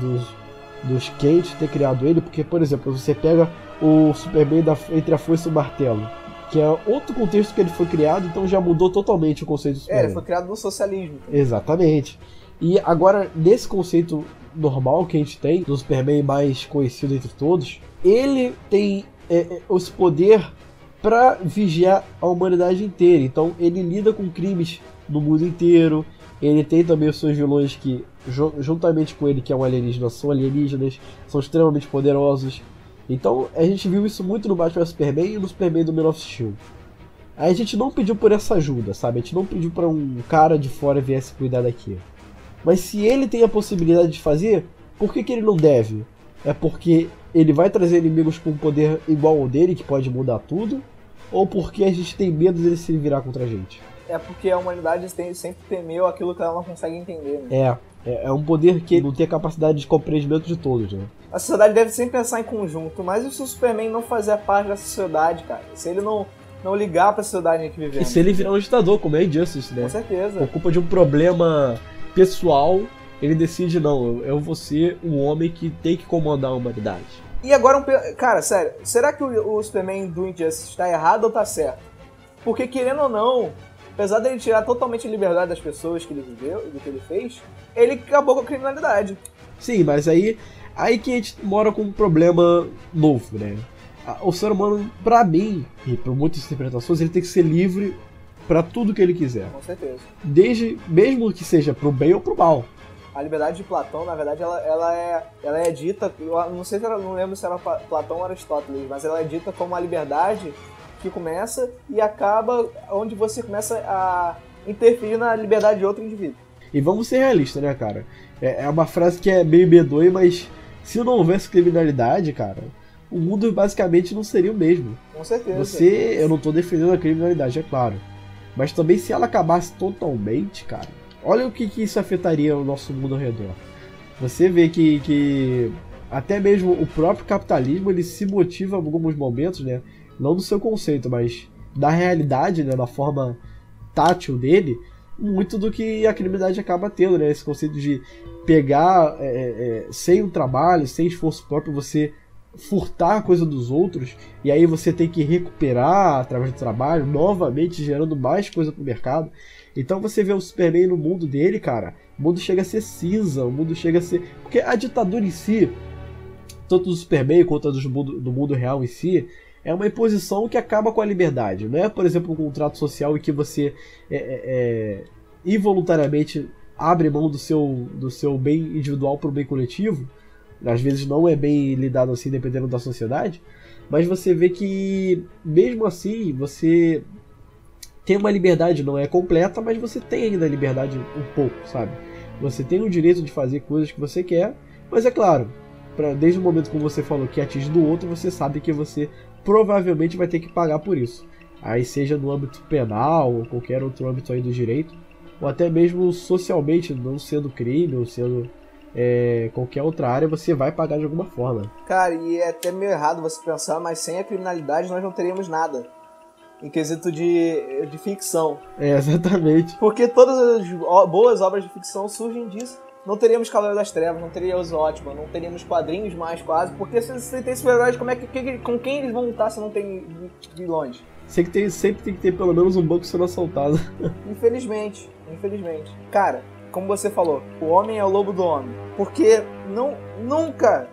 dos Kent ter criado ele, porque, por exemplo, você pega o Superman entre a foice e o martelo, que é outro contexto que ele foi criado, então já mudou totalmente o conceito do Superman. Ele foi criado no socialismo. Exatamente. E agora, nesse conceito normal que a gente tem, do Superman mais conhecido entre todos, ele tem esse poder para vigiar a humanidade inteira. Então ele lida com crimes no mundo inteiro. Ele tem também os seus vilões que, juntamente com ele, que é um alienígena, são alienígenas, são extremamente poderosos. Então a gente viu isso muito no Batman Superman e no Superman do Man of Steel. Aí a gente não pediu por essa ajuda, sabe? A gente não pediu para um cara de fora viesse cuidar daqui. Mas se ele tem a possibilidade de fazer, por que ele não deve? É porque ele vai trazer inimigos com um poder igual ao dele, que pode mudar tudo? Ou porque a gente tem medo dele se virar contra a gente? É porque a humanidade sempre temeu aquilo que ela não consegue entender, né? É um poder que não tem a capacidade de compreendimento de todos, né? A sociedade deve sempre pensar em conjunto, mas e se o Superman não fazer parte da sociedade, cara? Se ele não ligar pra sociedade em que vivemos? E se ele virar um ditador, como é Injustice, né? Com certeza. Por culpa de um problema pessoal, ele decide, não, eu vou ser um homem que tem que comandar a humanidade. E agora, cara, sério, será que o Superman do Injustice está errado ou tá certo? Porque, querendo ou não, apesar dele tirar totalmente a liberdade das pessoas que ele viveu, do que ele fez, ele acabou com a criminalidade. Sim, mas aí que a gente mora com um problema novo, né? O ser humano, pra mim, e por muitas interpretações, ele tem que ser livre pra tudo que ele quiser. Com certeza. Mesmo que seja pro bem ou pro mal. A liberdade de Platão, na verdade, ela é dita, eu não lembro se era Platão ou Aristóteles, mas ela é dita como a liberdade que começa e acaba onde você começa a interferir na liberdade de outro indivíduo. E vamos ser realistas, né, cara? É uma frase que é meio medonha, mas se não houvesse criminalidade, cara, o mundo basicamente não seria o mesmo. Com certeza. Eu não tô defendendo a criminalidade, é claro. Mas também se ela acabasse totalmente, cara, olha o que isso afetaria o nosso mundo ao redor. Você vê que até mesmo o próprio capitalismo, ele se motiva em alguns momentos, né? Não do seu conceito, mas da realidade, né? Da forma tátil dele, muito do que a criminalidade acaba tendo, né? Esse conceito de pegar sem um trabalho, sem esforço próprio, você furtar a coisa dos outros, e aí você tem que recuperar através do trabalho, novamente gerando mais coisa pro mercado. Então você vê o Superman no mundo dele, cara, o mundo chega a ser cinza, o mundo chega a ser... Porque a ditadura em si, tanto do Superman quanto do mundo real em si, é uma imposição que acaba com a liberdade. Não é, por exemplo, um contrato social em que você involuntariamente abre mão do seu bem individual para o bem coletivo. Às vezes não é bem lidado assim, dependendo da sociedade. Mas você vê que, mesmo assim, você tem uma liberdade, não é completa, mas você tem ainda a liberdade um pouco, sabe? Você tem o direito de fazer coisas que você quer, mas é claro, desde o momento que você falou que atinge do outro, você sabe que você provavelmente vai ter que pagar por isso. Aí seja no âmbito penal ou qualquer outro âmbito aí do direito, ou até mesmo socialmente, não sendo crime ou sendo qualquer outra área, você vai pagar de alguma forma. Cara, e é até meio errado você pensar, mas sem a criminalidade nós não teríamos nada. Em quesito de ficção. Exatamente. Porque todas as boas obras de ficção surgem disso. Não teríamos Cavaleiro das Trevas, não teríamos Watchmen, não teríamos quadrinhos mais quase, porque se você tem super-heróis, com quem eles vão lutar se não tem vilões? Sempre tem que ter pelo menos um banco sendo assaltado. Infelizmente. Cara, como você falou, o homem é o lobo do homem. Porque nunca,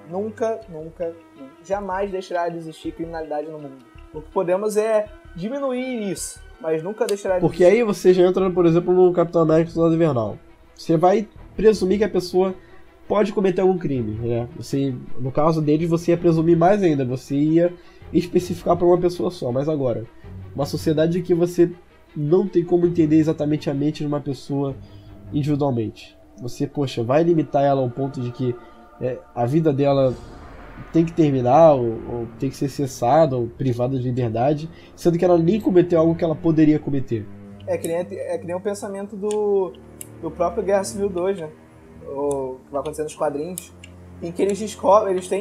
jamais deixará de existir criminalidade no mundo. O que podemos é diminuir isso, mas nunca deixará de Porque aí você já entra, por exemplo, no Capitão América Soldado Invernal. Você vai presumir que a pessoa pode cometer algum crime, né? No caso deles, você ia presumir mais ainda. Você ia especificar para uma pessoa só. Mas agora, uma sociedade em que você não tem como entender exatamente a mente de uma pessoa individualmente. Você, vai limitar ela ao ponto de que a vida dela tem que terminar, ou tem que ser cessada, ou privada de liberdade, sendo que ela nem cometeu algo que ela poderia cometer. É que nem o pensamento do próprio Guerra Civil 2, né? O que vai acontecer nos quadrinhos, em que eles descobrem, eles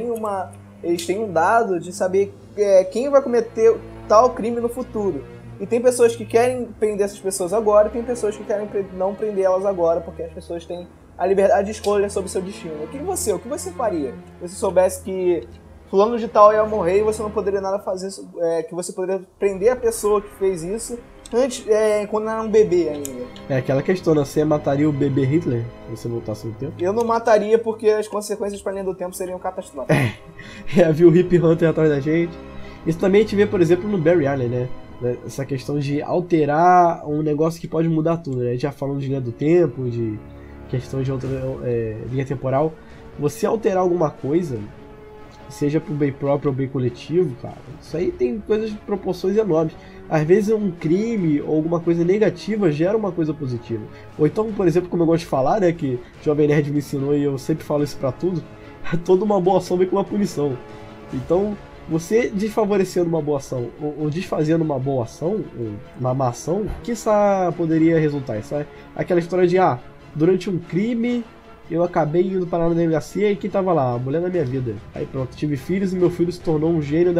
têm um dado de saber quem vai cometer tal crime no futuro. E tem pessoas que querem prender essas pessoas agora, e tem pessoas que querem não prender elas agora, porque as pessoas têm a liberdade de escolha sobre o seu destino. O que você faria? Se você soubesse que fulano de tal ia morrer e você não poderia nada fazer, que você poderia prender a pessoa que fez isso antes, quando era um bebê ainda. É aquela questão, né? Você mataria o bebê Hitler se você voltasse no tempo? Eu não mataria porque as consequências para a linha do tempo seriam catastróficas. Viu o Hip Hunter atrás da gente. Isso também a gente vê, por exemplo, no Barry Allen, né? Essa questão de alterar um negócio que pode mudar tudo, né? Já falando de linha do tempo, de questão de outra linha temporal. Você alterar alguma coisa, seja pro bem próprio ou bem coletivo, cara, isso aí tem coisas de proporções enormes. Às vezes um crime ou alguma coisa negativa gera uma coisa positiva. Ou então, por exemplo, como eu gosto de falar, né, que o Jovem Nerd me ensinou e eu sempre falo isso pra tudo, toda uma boa ação vem com uma punição. Então, você desfavorecendo uma boa ação ou desfazendo uma boa ação, uma má ação, que isso poderia resultar? Isso é aquela história de, durante um crime eu acabei indo parar na delegacia e quem tava lá? A mulher da minha vida. Aí pronto, tive filhos e meu filho se tornou um gênio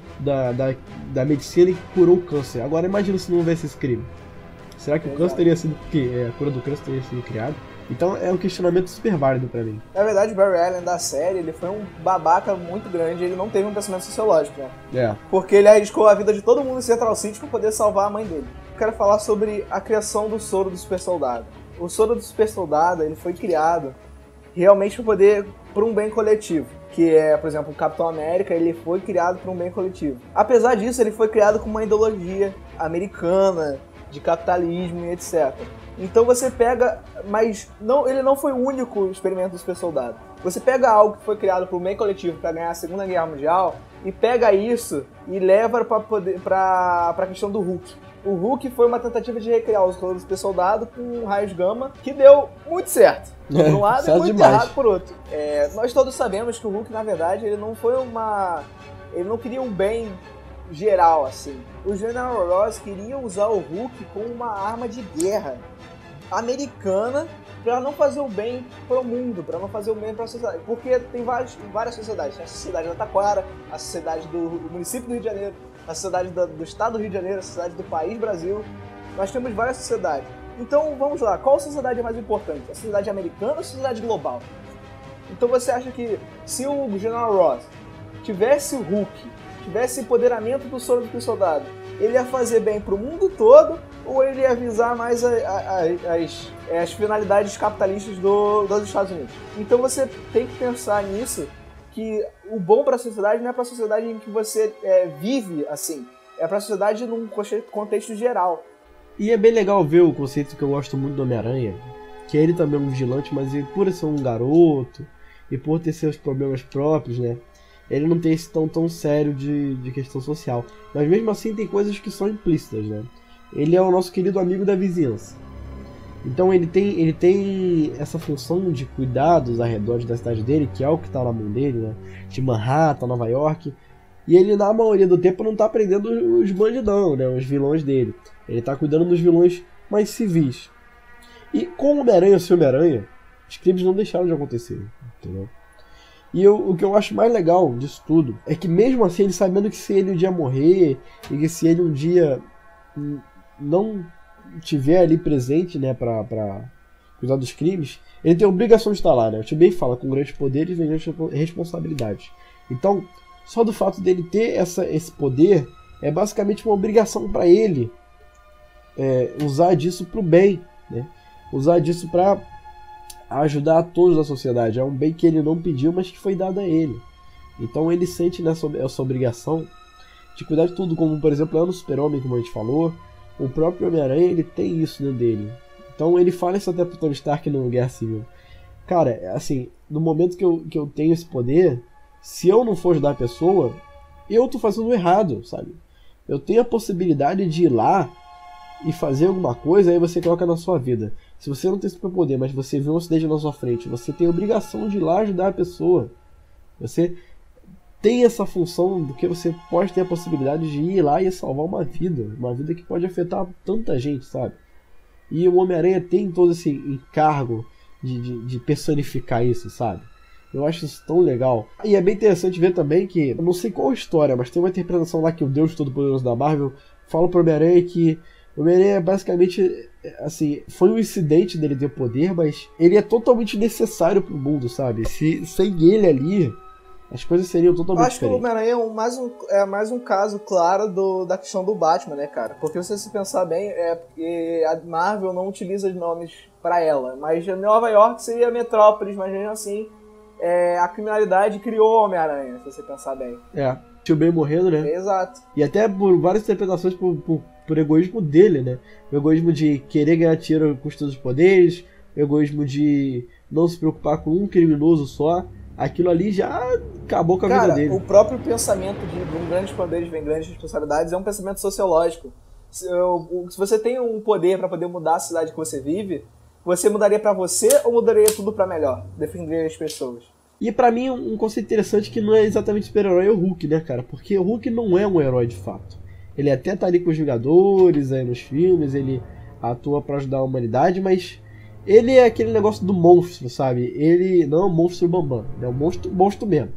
da medicina e curou o câncer. Agora imagina se não houvesse esse crime. Será que o câncer teria sido... a cura do câncer teria sido criada? Então é um questionamento super válido pra mim. Na verdade, o Barry Allen da série, ele foi um babaca muito grande, ele não teve um pensamento sociológico, né? Porque ele arriscou a vida de todo mundo em Central City pra poder salvar a mãe dele. Eu quero falar sobre a criação do soro do super soldado. O soro do super soldado, ele foi criado realmente por um bem coletivo. Que é, por exemplo, o Capitão América, ele foi criado por um bem coletivo. Apesar disso, ele foi criado com uma ideologia americana, de capitalismo e etc. Então você pega, mas ele não foi o único experimento do super soldado. Você pega algo que foi criado por um bem coletivo para ganhar a Segunda Guerra Mundial e pega isso e leva para a questão do Hulk. O Hulk foi uma tentativa de recriar os rolos do super soldado com raios gama que deu muito certo. Por um lado e muito errado por outro. Nós todos sabemos que o Hulk, na verdade, ele não queria um bem geral, assim. O General Ross queria usar o Hulk como uma arma de guerra americana para não fazer o bem pro mundo, para não fazer o bem para a sociedade. Porque tem várias sociedades. Tem a sociedade da Taquara, a sociedade do município do Rio de Janeiro, a sociedade do estado do Rio de Janeiro, a sociedade do país Brasil. Nós temos várias sociedades. Então, vamos lá. Qual sociedade é mais importante? A sociedade americana ou a sociedade global? Então você acha que se o General Ross tivesse o Hulk, tivesse empoderamento do soro do soldado, ele ia fazer bem pro mundo todo ou ele ia visar mais as finalidades capitalistas dos Estados Unidos? Então você tem que pensar nisso, que o bom pra sociedade não é pra sociedade em que você vive, assim. É pra sociedade num contexto geral. E é bem legal ver o conceito que eu gosto muito do Homem-Aranha, que ele também é um vigilante, mas ele, por ser um garoto e por ter seus problemas próprios, né, ele não tem esse tão sério de questão social. Mas mesmo assim tem coisas que são implícitas, né? Ele é o nosso querido amigo da vizinhança. Então ele tem essa função de cuidar dos arredores da cidade dele, que é o que está na mão dele, né? De Manhattan, Nova York. E ele, na maioria do tempo, não está prendendo os bandidão, né? Os vilões dele. Ele está cuidando dos vilões mais civis. E com o Homem-Aranha e o Homem-Aranha, os crimes não deixaram de acontecer, entendeu? E o que eu acho mais legal disso tudo é que mesmo assim, ele sabendo que se ele um dia morrer, e que se ele um dia não tiver ali presente, né, pra cuidar dos crimes, ele tem a obrigação de estar lá, né? O Tio Ben fala, com grandes poderes vem grandes responsabilidades. Então, só do fato dele ter esse poder, é basicamente uma obrigação para ele usar disso pro bem, né? Usar disso para ajudar a todos da sociedade. É um bem que ele não pediu, mas que foi dado a ele. Então ele sente essa obrigação de cuidar de tudo, como por exemplo é no Super-Homem, como a gente falou. O próprio Homem-Aranha, ele tem isso dentro dele. Então ele fala isso até pro Tony Stark no Guerra Civil. Cara, assim, no momento que eu tenho esse poder, se eu não for ajudar a pessoa, eu tô fazendo errado, sabe? Eu tenho a possibilidade de ir lá e fazer alguma coisa, aí você coloca na sua vida. Se você não tem superpoder, mas você vê um acidente na sua frente, você tem a obrigação de ir lá ajudar a pessoa. Você tem essa função porque você pode ter a possibilidade de ir lá e salvar uma vida que pode afetar tanta gente, sabe? E o Homem-Aranha tem todo esse encargo de personificar isso, sabe? Eu acho isso tão legal. E é bem interessante ver também que, eu não sei qual história, mas tem uma interpretação lá que o Deus Todo-Poderoso da Marvel fala pro Homem-Aranha que o Homem-Aranha basicamente, assim, foi um incidente dele ter poder, mas ele é totalmente necessário pro mundo, sabe? Sem ele ali, as coisas seriam totalmente diferentes. Eu acho que o Homem-Aranha é mais um caso claro da questão do Batman, né, cara? Porque se pensar bem, a Marvel não utiliza os nomes pra ela, mas Nova York seria Metrópolis, mas mesmo assim, a criminalidade criou o Homem-Aranha, se você pensar bem. Tio Ben morrendo, né? Exato. E até por várias interpretações por egoísmo dele, né? O egoísmo de querer ganhar dinheiro a custo dos poderes, o egoísmo de não se preocupar com um criminoso só. Aquilo ali já acabou com a vida dele. O próprio pensamento de um grandes poderes vem grandes responsabilidades é um pensamento sociológico. Se você tem um poder para poder mudar a cidade que você vive, você mudaria para você ou mudaria tudo para melhor? Defender as pessoas. E pra mim um conceito interessante que não é exatamente super-herói, é o Hulk, né, cara? Porque o Hulk não é um herói de fato. Ele até tá ali com os Vingadores, aí nos filmes, ele atua pra ajudar a humanidade, mas ele é aquele negócio do monstro, sabe? Ele não é um monstro bambam, é um monstro mesmo.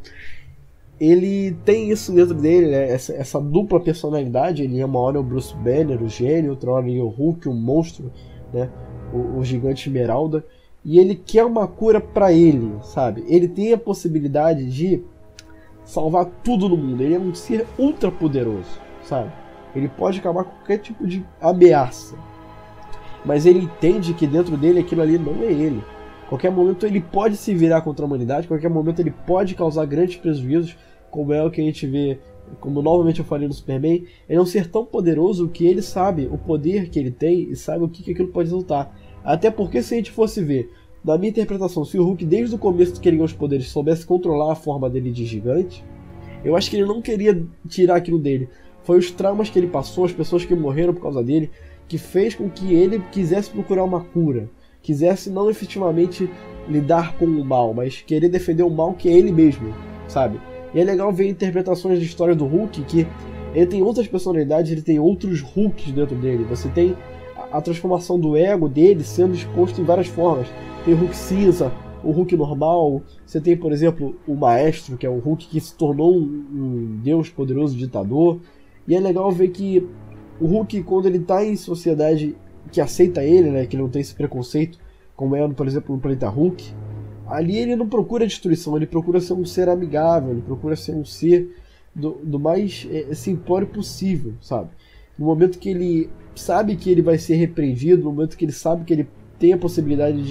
Ele tem isso dentro dele, né? Essa dupla personalidade. Ele é uma hora o Bruce Banner, o gênio, outra hora ele é o Hulk, o monstro, né? O gigante esmeralda. E ele quer uma cura pra ele, sabe? Ele tem a possibilidade de salvar tudo no mundo. Ele é um ser ultra poderoso, sabe? Ele pode acabar com qualquer tipo de ameaça. Mas ele entende que dentro dele aquilo ali não é ele. Qualquer momento ele pode se virar contra a humanidade. Qualquer momento ele pode causar grandes prejuízos. Como é o que a gente vê, como novamente eu falei no Superman. Ele é um ser tão poderoso que ele sabe o poder que ele tem e sabe o que aquilo pode resultar. Até porque se a gente fosse ver, na minha interpretação, se o Hulk desde o começo que ele ganhou os poderes soubesse controlar a forma dele de gigante, eu acho que ele não queria tirar aquilo dele. Foi os traumas que ele passou, as pessoas que morreram por causa dele, que fez com que ele quisesse procurar uma cura. Quisesse não efetivamente lidar com o mal, mas querer defender o mal que é ele mesmo, sabe? E é legal ver interpretações de história do Hulk, que ele tem outras personalidades, ele tem outros Hulks dentro dele. Você tem a transformação do ego dele sendo exposto em várias formas. Tem o Hulk cinza, o Hulk normal. Você tem, por exemplo, o Maestro, que é o Hulk que se tornou um deus poderoso ditador. E é legal ver que o Hulk, quando ele está em sociedade que aceita ele, né, que não tem esse preconceito, como é, por exemplo, no Planeta Hulk, ali ele não procura destruição, ele procura ser um ser amigável, ele procura ser um ser do mais simplório possível, sabe? No momento que ele sabe que ele vai ser repreendido, no momento que ele sabe que ele tem a possibilidade de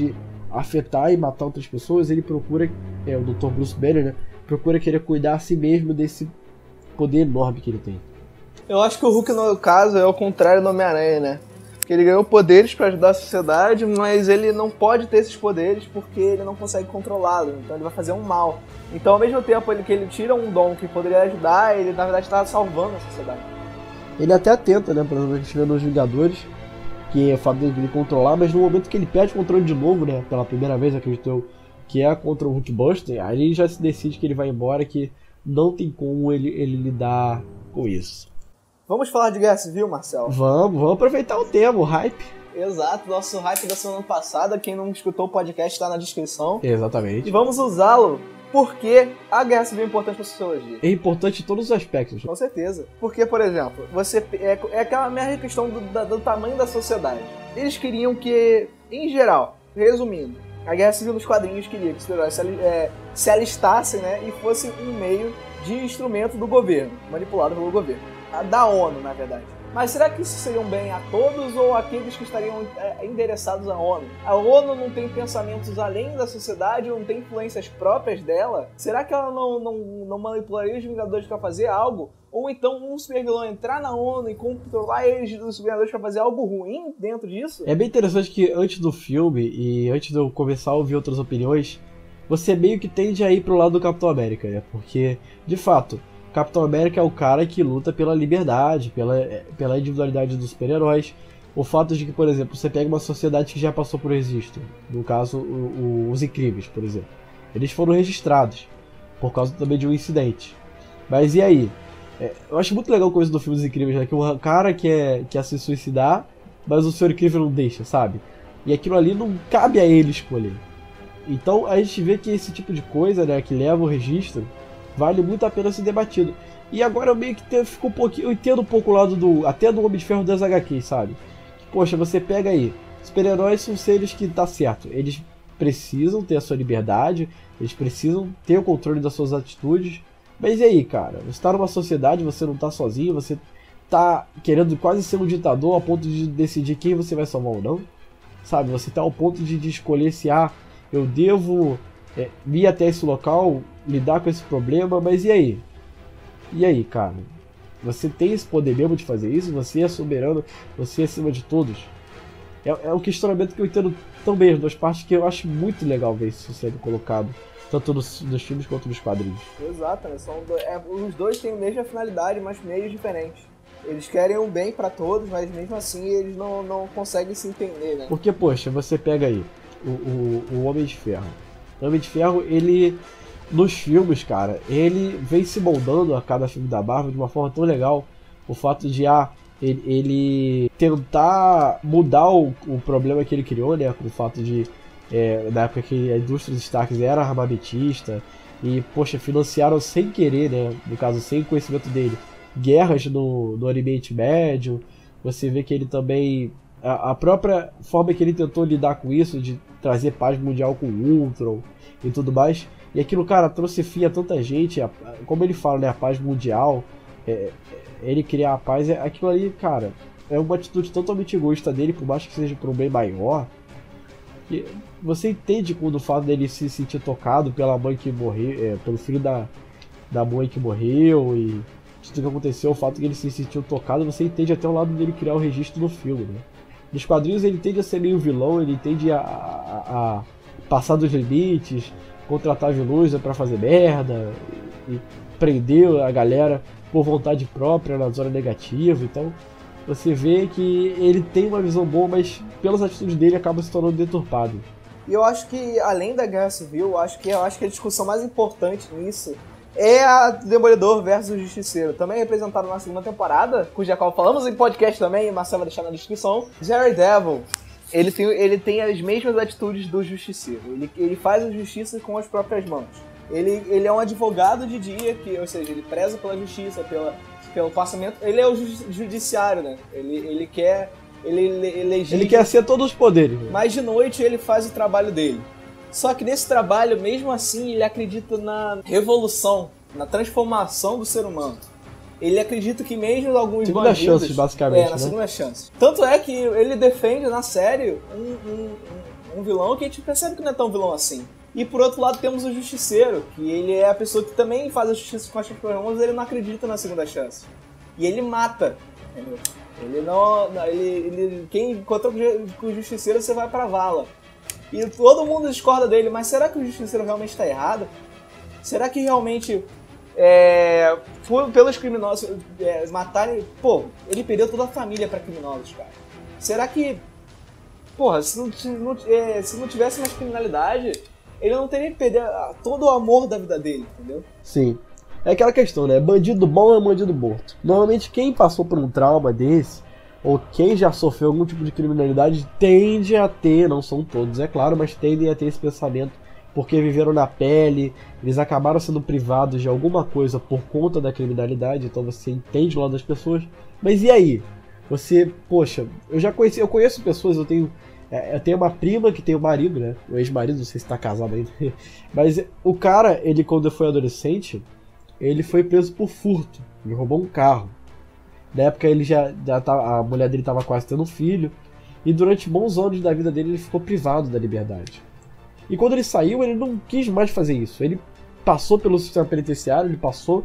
afetar e matar outras pessoas, ele procura, o Dr. Bruce Banner, né, procura querer cuidar a si mesmo desse poder enorme que ele tem. Eu acho que o Hulk, no caso, é o contrário do Homem-Aranha, né? Que ele ganhou poderes pra ajudar a sociedade, mas ele não pode ter esses poderes porque ele não consegue controlá-los, então ele vai fazer um mal. Então, ao mesmo tempo que ele tira um dom que poderia ajudar, ele na verdade está salvando a sociedade. Ele até tenta, né, por exemplo, a gente vê nos Vingadores, que é o fato dele controlar, mas no momento que ele perde o controle de novo, né, pela primeira vez, acredito eu, que é contra o Hulkbuster, aí ele já se decide que ele vai embora, que não tem como ele lidar com isso. Vamos falar de Guerra Civil, Marcelo? Vamos aproveitar o tema, o hype. Exato, nosso hype da semana passada, quem não escutou o podcast está na descrição. Exatamente. E vamos usá-lo porque a Guerra Civil é importante para a sociologia. É importante em todos os aspectos. Com certeza. Porque, por exemplo, você é aquela mesma questão do tamanho da sociedade. Eles queriam que, em geral, resumindo, a Guerra Civil nos quadrinhos queria que os heróis se alistassem, né, e fosse um meio de instrumento do governo, manipulado pelo governo. Da ONU, na verdade. Mas será que isso seria um bem a todos ou aqueles que estariam endereçados à ONU? A ONU não tem pensamentos além da sociedade, não tem influências próprias dela? Será que ela não manipularia os Vingadores para fazer algo? Ou então um supervilão entrar na ONU e controlar eles dos Vingadores para fazer algo ruim dentro disso? É bem interessante que antes do filme e antes de eu começar a ouvir outras opiniões, você meio que tende a ir pro lado do Capitão América, né? Porque, de fato, Capitão América é o cara que luta pela liberdade, pela individualidade dos super-heróis. O fato de que, por exemplo, você pega uma sociedade que já passou por registro, no caso, os Incríveis, por exemplo. Eles foram registrados, por causa também de um incidente. Mas e aí? Eu acho muito legal a coisa do filme dos Incríveis, né? Que o cara quer se suicidar, mas o Senhor Incrível não deixa, sabe? E aquilo ali não cabe a ele escolher. Então a gente vê que esse tipo de coisa, né, que leva o registro, vale muito a pena ser debatido. E agora eu meio que fico um pouquinho, eu entendo um pouco o lado até do Homem de Ferro das HQs, sabe? Poxa, você pega aí, super-heróis são seres que tá certo, eles precisam ter a sua liberdade, eles precisam ter o controle das suas atitudes, mas e aí, cara? Você tá numa sociedade, você não tá sozinho, você tá querendo quase ser um ditador a ponto de decidir quem você vai salvar ou não, sabe? Você tá ao ponto de escolher se, eu devo ir até esse local, lidar com esse problema, mas e aí? E aí, cara? Você tem esse poder mesmo de fazer isso? Você é soberano? Você é acima de todos? É um questionamento que eu entendo tão bem as duas partes, que eu acho muito legal ver isso sendo colocado, tanto nos filmes quanto nos quadrinhos. Exato, né? Os dois têm a mesma finalidade, mas meios diferentes. Eles querem o bem pra todos, mas mesmo assim eles não conseguem se entender, né? Porque, poxa, você pega aí o Homem de Ferro. O Homem de Ferro, ele, nos filmes, cara, ele vem se moldando a cada filme da Marvel de uma forma tão legal. O fato de, ele tentar mudar o problema que ele criou, né? Com o fato de, na época que a indústria dos Starks era armamentista, e, poxa, financiaram sem querer, né? No caso, sem conhecimento dele, guerras no Oriente Médio. Você vê que ele também, a própria forma que ele tentou lidar com isso, de trazer paz mundial com o Ultron e tudo mais, e aquilo, cara, trouxe fim a tanta gente, como ele fala, né, a paz mundial, ele criar a paz, aquilo ali, cara, é uma atitude totalmente egoísta dele, por mais que seja por um bem maior, que você entende quando o fato dele se sentir tocado pela mãe que morreu, pelo filho da mãe que morreu, e tudo que aconteceu, o fato de que ele se sentiu tocado, você entende até o lado dele criar o registro no filme, né? Nos quadrinhos ele tende a ser meio vilão, ele tende a passar dos limites, contratar vilões pra fazer merda, e prender a galera por vontade própria na zona negativa. Então você vê que ele tem uma visão boa, mas pelas atitudes dele acaba se tornando deturpado. E eu acho que, além da Guerra Civil, eu acho que a discussão mais importante nisso é a Demolidor versus Justiceiro, também representado na segunda temporada, cuja qual falamos em podcast também, o Marcelo vai deixar na descrição. Daredevil, ele tem as mesmas atitudes do Justiceiro, ele faz a justiça com as próprias mãos. Ele é um advogado de dia, ou seja, ele preza pela justiça, pelo passamento, ele é o judiciário, né? Ele quer ser todos os poderes. Mas de noite ele faz o trabalho dele. Só que nesse trabalho, mesmo assim, ele acredita na revolução, na transformação do ser humano. Ele acredita que mesmo alguns segunda chance, basicamente. Na segunda chance. Tanto é que ele defende na série Um vilão que a gente percebe que não é tão vilão assim. E por outro lado temos o Justiceiro, que ele é a pessoa que também faz a justiça com as problemas, mas ele não acredita na segunda chance. E ele mata, entendeu? Ele não... quem encontrou com o Justiceiro, você vai pra vala. E todo mundo discorda dele, mas será que o Justiceiro realmente tá errado? Será que realmente... pelos criminosos matarem... Pô, ele perdeu toda a família pra criminosos, cara. Será que... Porra, se não tivesse mais criminalidade, ele não teria que perder todo o amor da vida dele, entendeu? Sim. É aquela questão, né? Bandido bom é bandido morto. Normalmente quem passou por um trauma desse, ou quem já sofreu algum tipo de criminalidade, tende a ter, não são todos, é claro, mas tendem a ter esse pensamento, porque viveram na pele, eles acabaram sendo privados de alguma coisa por conta da criminalidade, então você entende o lado das pessoas. Mas e aí? Você, poxa, eu conheço pessoas, eu tenho uma prima que tem um marido, né? O ex-marido, não sei se tá casado ainda. Mas o cara, ele quando foi adolescente, ele foi preso por furto. Ele roubou um carro. Na época ele a mulher dele tava quase tendo um filho. E durante bons anos da vida dele ele ficou privado da liberdade. E quando ele saiu, ele não quis mais fazer isso. Ele passou pelo sistema penitenciário, ele passou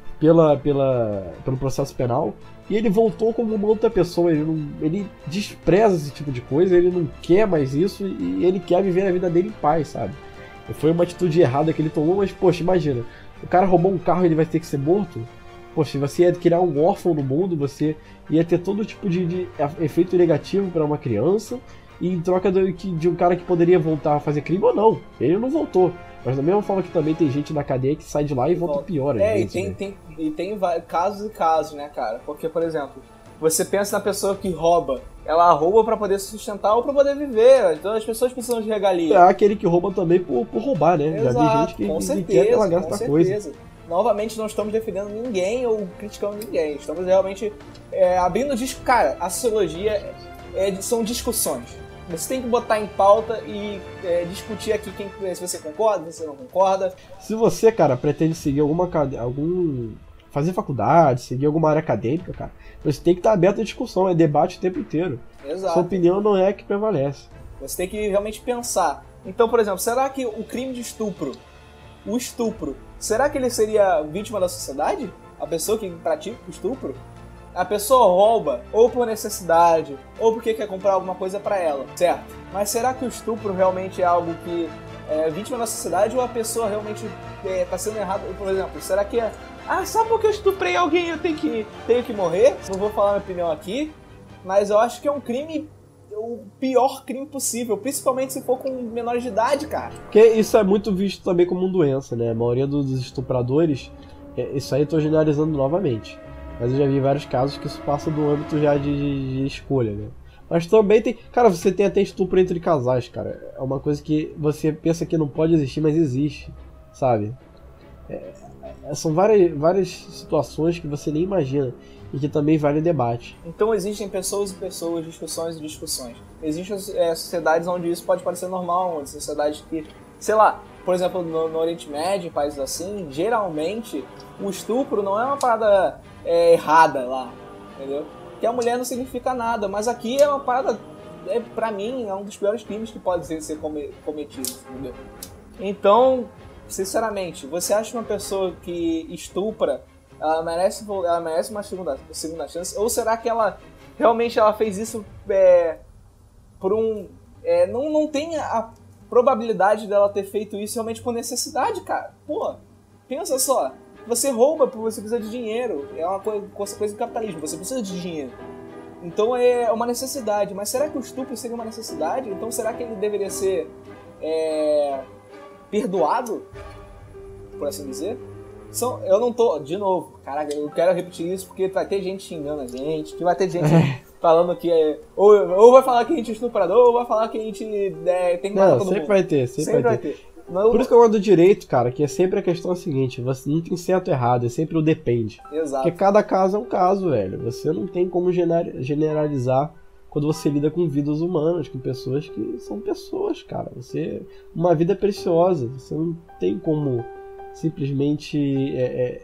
pelo processo penal. E ele voltou como uma outra pessoa, ele despreza esse tipo de coisa, ele não quer mais isso e ele quer viver a vida dele em paz, sabe? Foi uma atitude errada que ele tomou, mas, poxa, imagina, o cara roubou um carro e ele vai ter que ser morto? Poxa, você ia criar um órfão no mundo, você ia ter todo tipo de efeito negativo para uma criança, e em troca de um cara que poderia voltar a fazer crime ou não, ele não voltou. Mas da mesma forma que também tem gente na cadeia que sai de lá e volta pior. E tem casos e casos, né, cara? Porque, por exemplo, você pensa na pessoa que rouba. Ela rouba pra poder se sustentar ou pra poder viver. Então as pessoas precisam de regalia. É aquele que rouba também por roubar, né? Exato, já vi gente que quer pela graça da coisa. Novamente, não estamos defendendo ninguém ou criticando ninguém. Estamos realmente abrindo disco. Cara, a sociologia são discussões. Você tem que botar em pauta e discutir aqui se você concorda, se você não concorda. Se você, cara, pretende seguir fazer faculdade, seguir alguma área acadêmica, cara, você tem que estar aberto à discussão, é debate o tempo inteiro. Exato. Sua opinião não é a que prevalece. Você tem que realmente pensar. Então, por exemplo, será que o crime de estupro, será que ele seria vítima da sociedade? A pessoa que pratica o estupro? A pessoa rouba ou por necessidade, ou porque quer comprar alguma coisa pra ela, certo? Mas será que o estupro realmente é algo que é vítima da sociedade ou a pessoa realmente tá sendo errada? Por exemplo, será que só porque eu estuprei alguém eu tenho que morrer? Não vou falar minha opinião aqui, mas eu acho que é um crime, o pior crime possível, principalmente se for com menores de idade, cara. Porque isso é muito visto também como uma doença, né? A maioria dos estupradores, isso aí eu tô generalizando novamente. Mas eu já vi vários casos que isso passa do âmbito já de escolha, né? Mas também tem... Cara, você tem até estupro entre casais, cara. É uma coisa que você pensa que não pode existir, mas existe, sabe? São várias situações que você nem imagina e que também vale debate. Então existem pessoas e pessoas, discussões e discussões. Existem sociedades onde isso pode parecer normal, onde sociedades que... Sei lá, por exemplo, no Oriente Médio, em países assim, geralmente o estupro não é uma parada errada lá, entendeu? Que a mulher não significa nada, mas aqui é uma parada, pra mim, é um dos piores crimes que pode ser cometido, entendeu? Então, sinceramente, você acha que uma pessoa que estupra, ela merece uma segunda chance? Ou será que ela realmente fez isso por um... não tem a probabilidade dela ter feito isso realmente por necessidade, cara? Pô, pensa só. Você rouba porque você precisa de dinheiro. É uma consequência do capitalismo. Você precisa de dinheiro. Então é uma necessidade. Mas será que o estupro seria uma necessidade? Então será que ele deveria ser perdoado? Por assim dizer? Eu não tô... De novo, caraca, eu quero repetir isso porque vai ter gente xingando a gente. Que vai ter gente falando que ou vai falar que a gente é estuprador, ou vai falar que a gente tem que matar todo mundo. Sempre vai ter. Sempre vai ter. Por isso que eu gosto do direito, cara, que é sempre a questão seguinte, você não tem certo ou errado, é sempre o depende. Exato. Porque cada caso é um caso, velho. Você não tem como generalizar quando você lida com vidas humanas, com pessoas que são pessoas, cara. Uma vida é preciosa, você não tem como simplesmente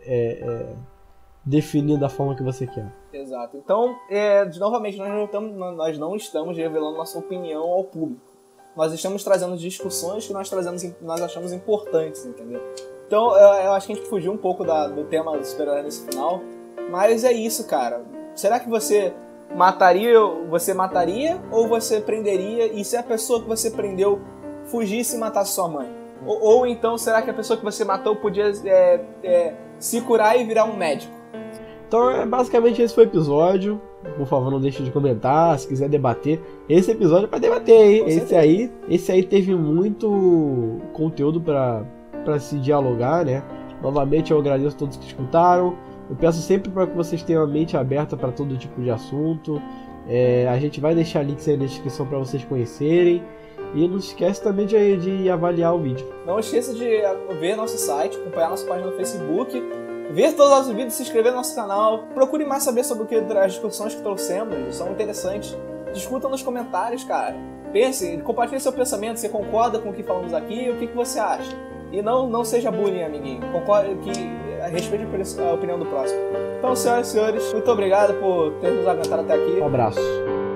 definir da forma que você quer. Exato. Então, novamente, nós não estamos revelando nossa opinião ao público. Nós estamos trazendo discussões que nós achamos importantes, entendeu? Então, eu acho que a gente fugiu um pouco do tema do super-herói nesse final. Mas é isso, cara. Será que você mataria ou você prenderia? E se a pessoa que você prendeu fugisse e matasse sua mãe? Ou então, será que a pessoa que você matou podia se curar e virar um médico? Então, basicamente, esse foi o episódio. Por favor, não deixe de comentar, se quiser debater. Esse episódio é pra debater, hein? Esse aí teve muito conteúdo pra se dialogar, né? Novamente, eu agradeço a todos que escutaram. Eu peço sempre para que vocês tenham a mente aberta para todo tipo de assunto. A gente vai deixar links aí na descrição para vocês conhecerem. E não esquece também de avaliar o vídeo. Não esqueça de ver nosso site, acompanhar nossa página no Facebook, ver todos os nossos vídeos, se inscrever no nosso canal. Procure mais saber sobre o que as discussões que trouxemos, são interessantes. Discuta nos comentários, cara. Pense, compartilhe seu pensamento, você concorda com o que falamos aqui, o que você acha. E não seja bullying, amiguinho. Respeite a opinião do próximo. Então, senhoras e senhores, muito obrigado por ter nos aguentado até aqui. Um abraço.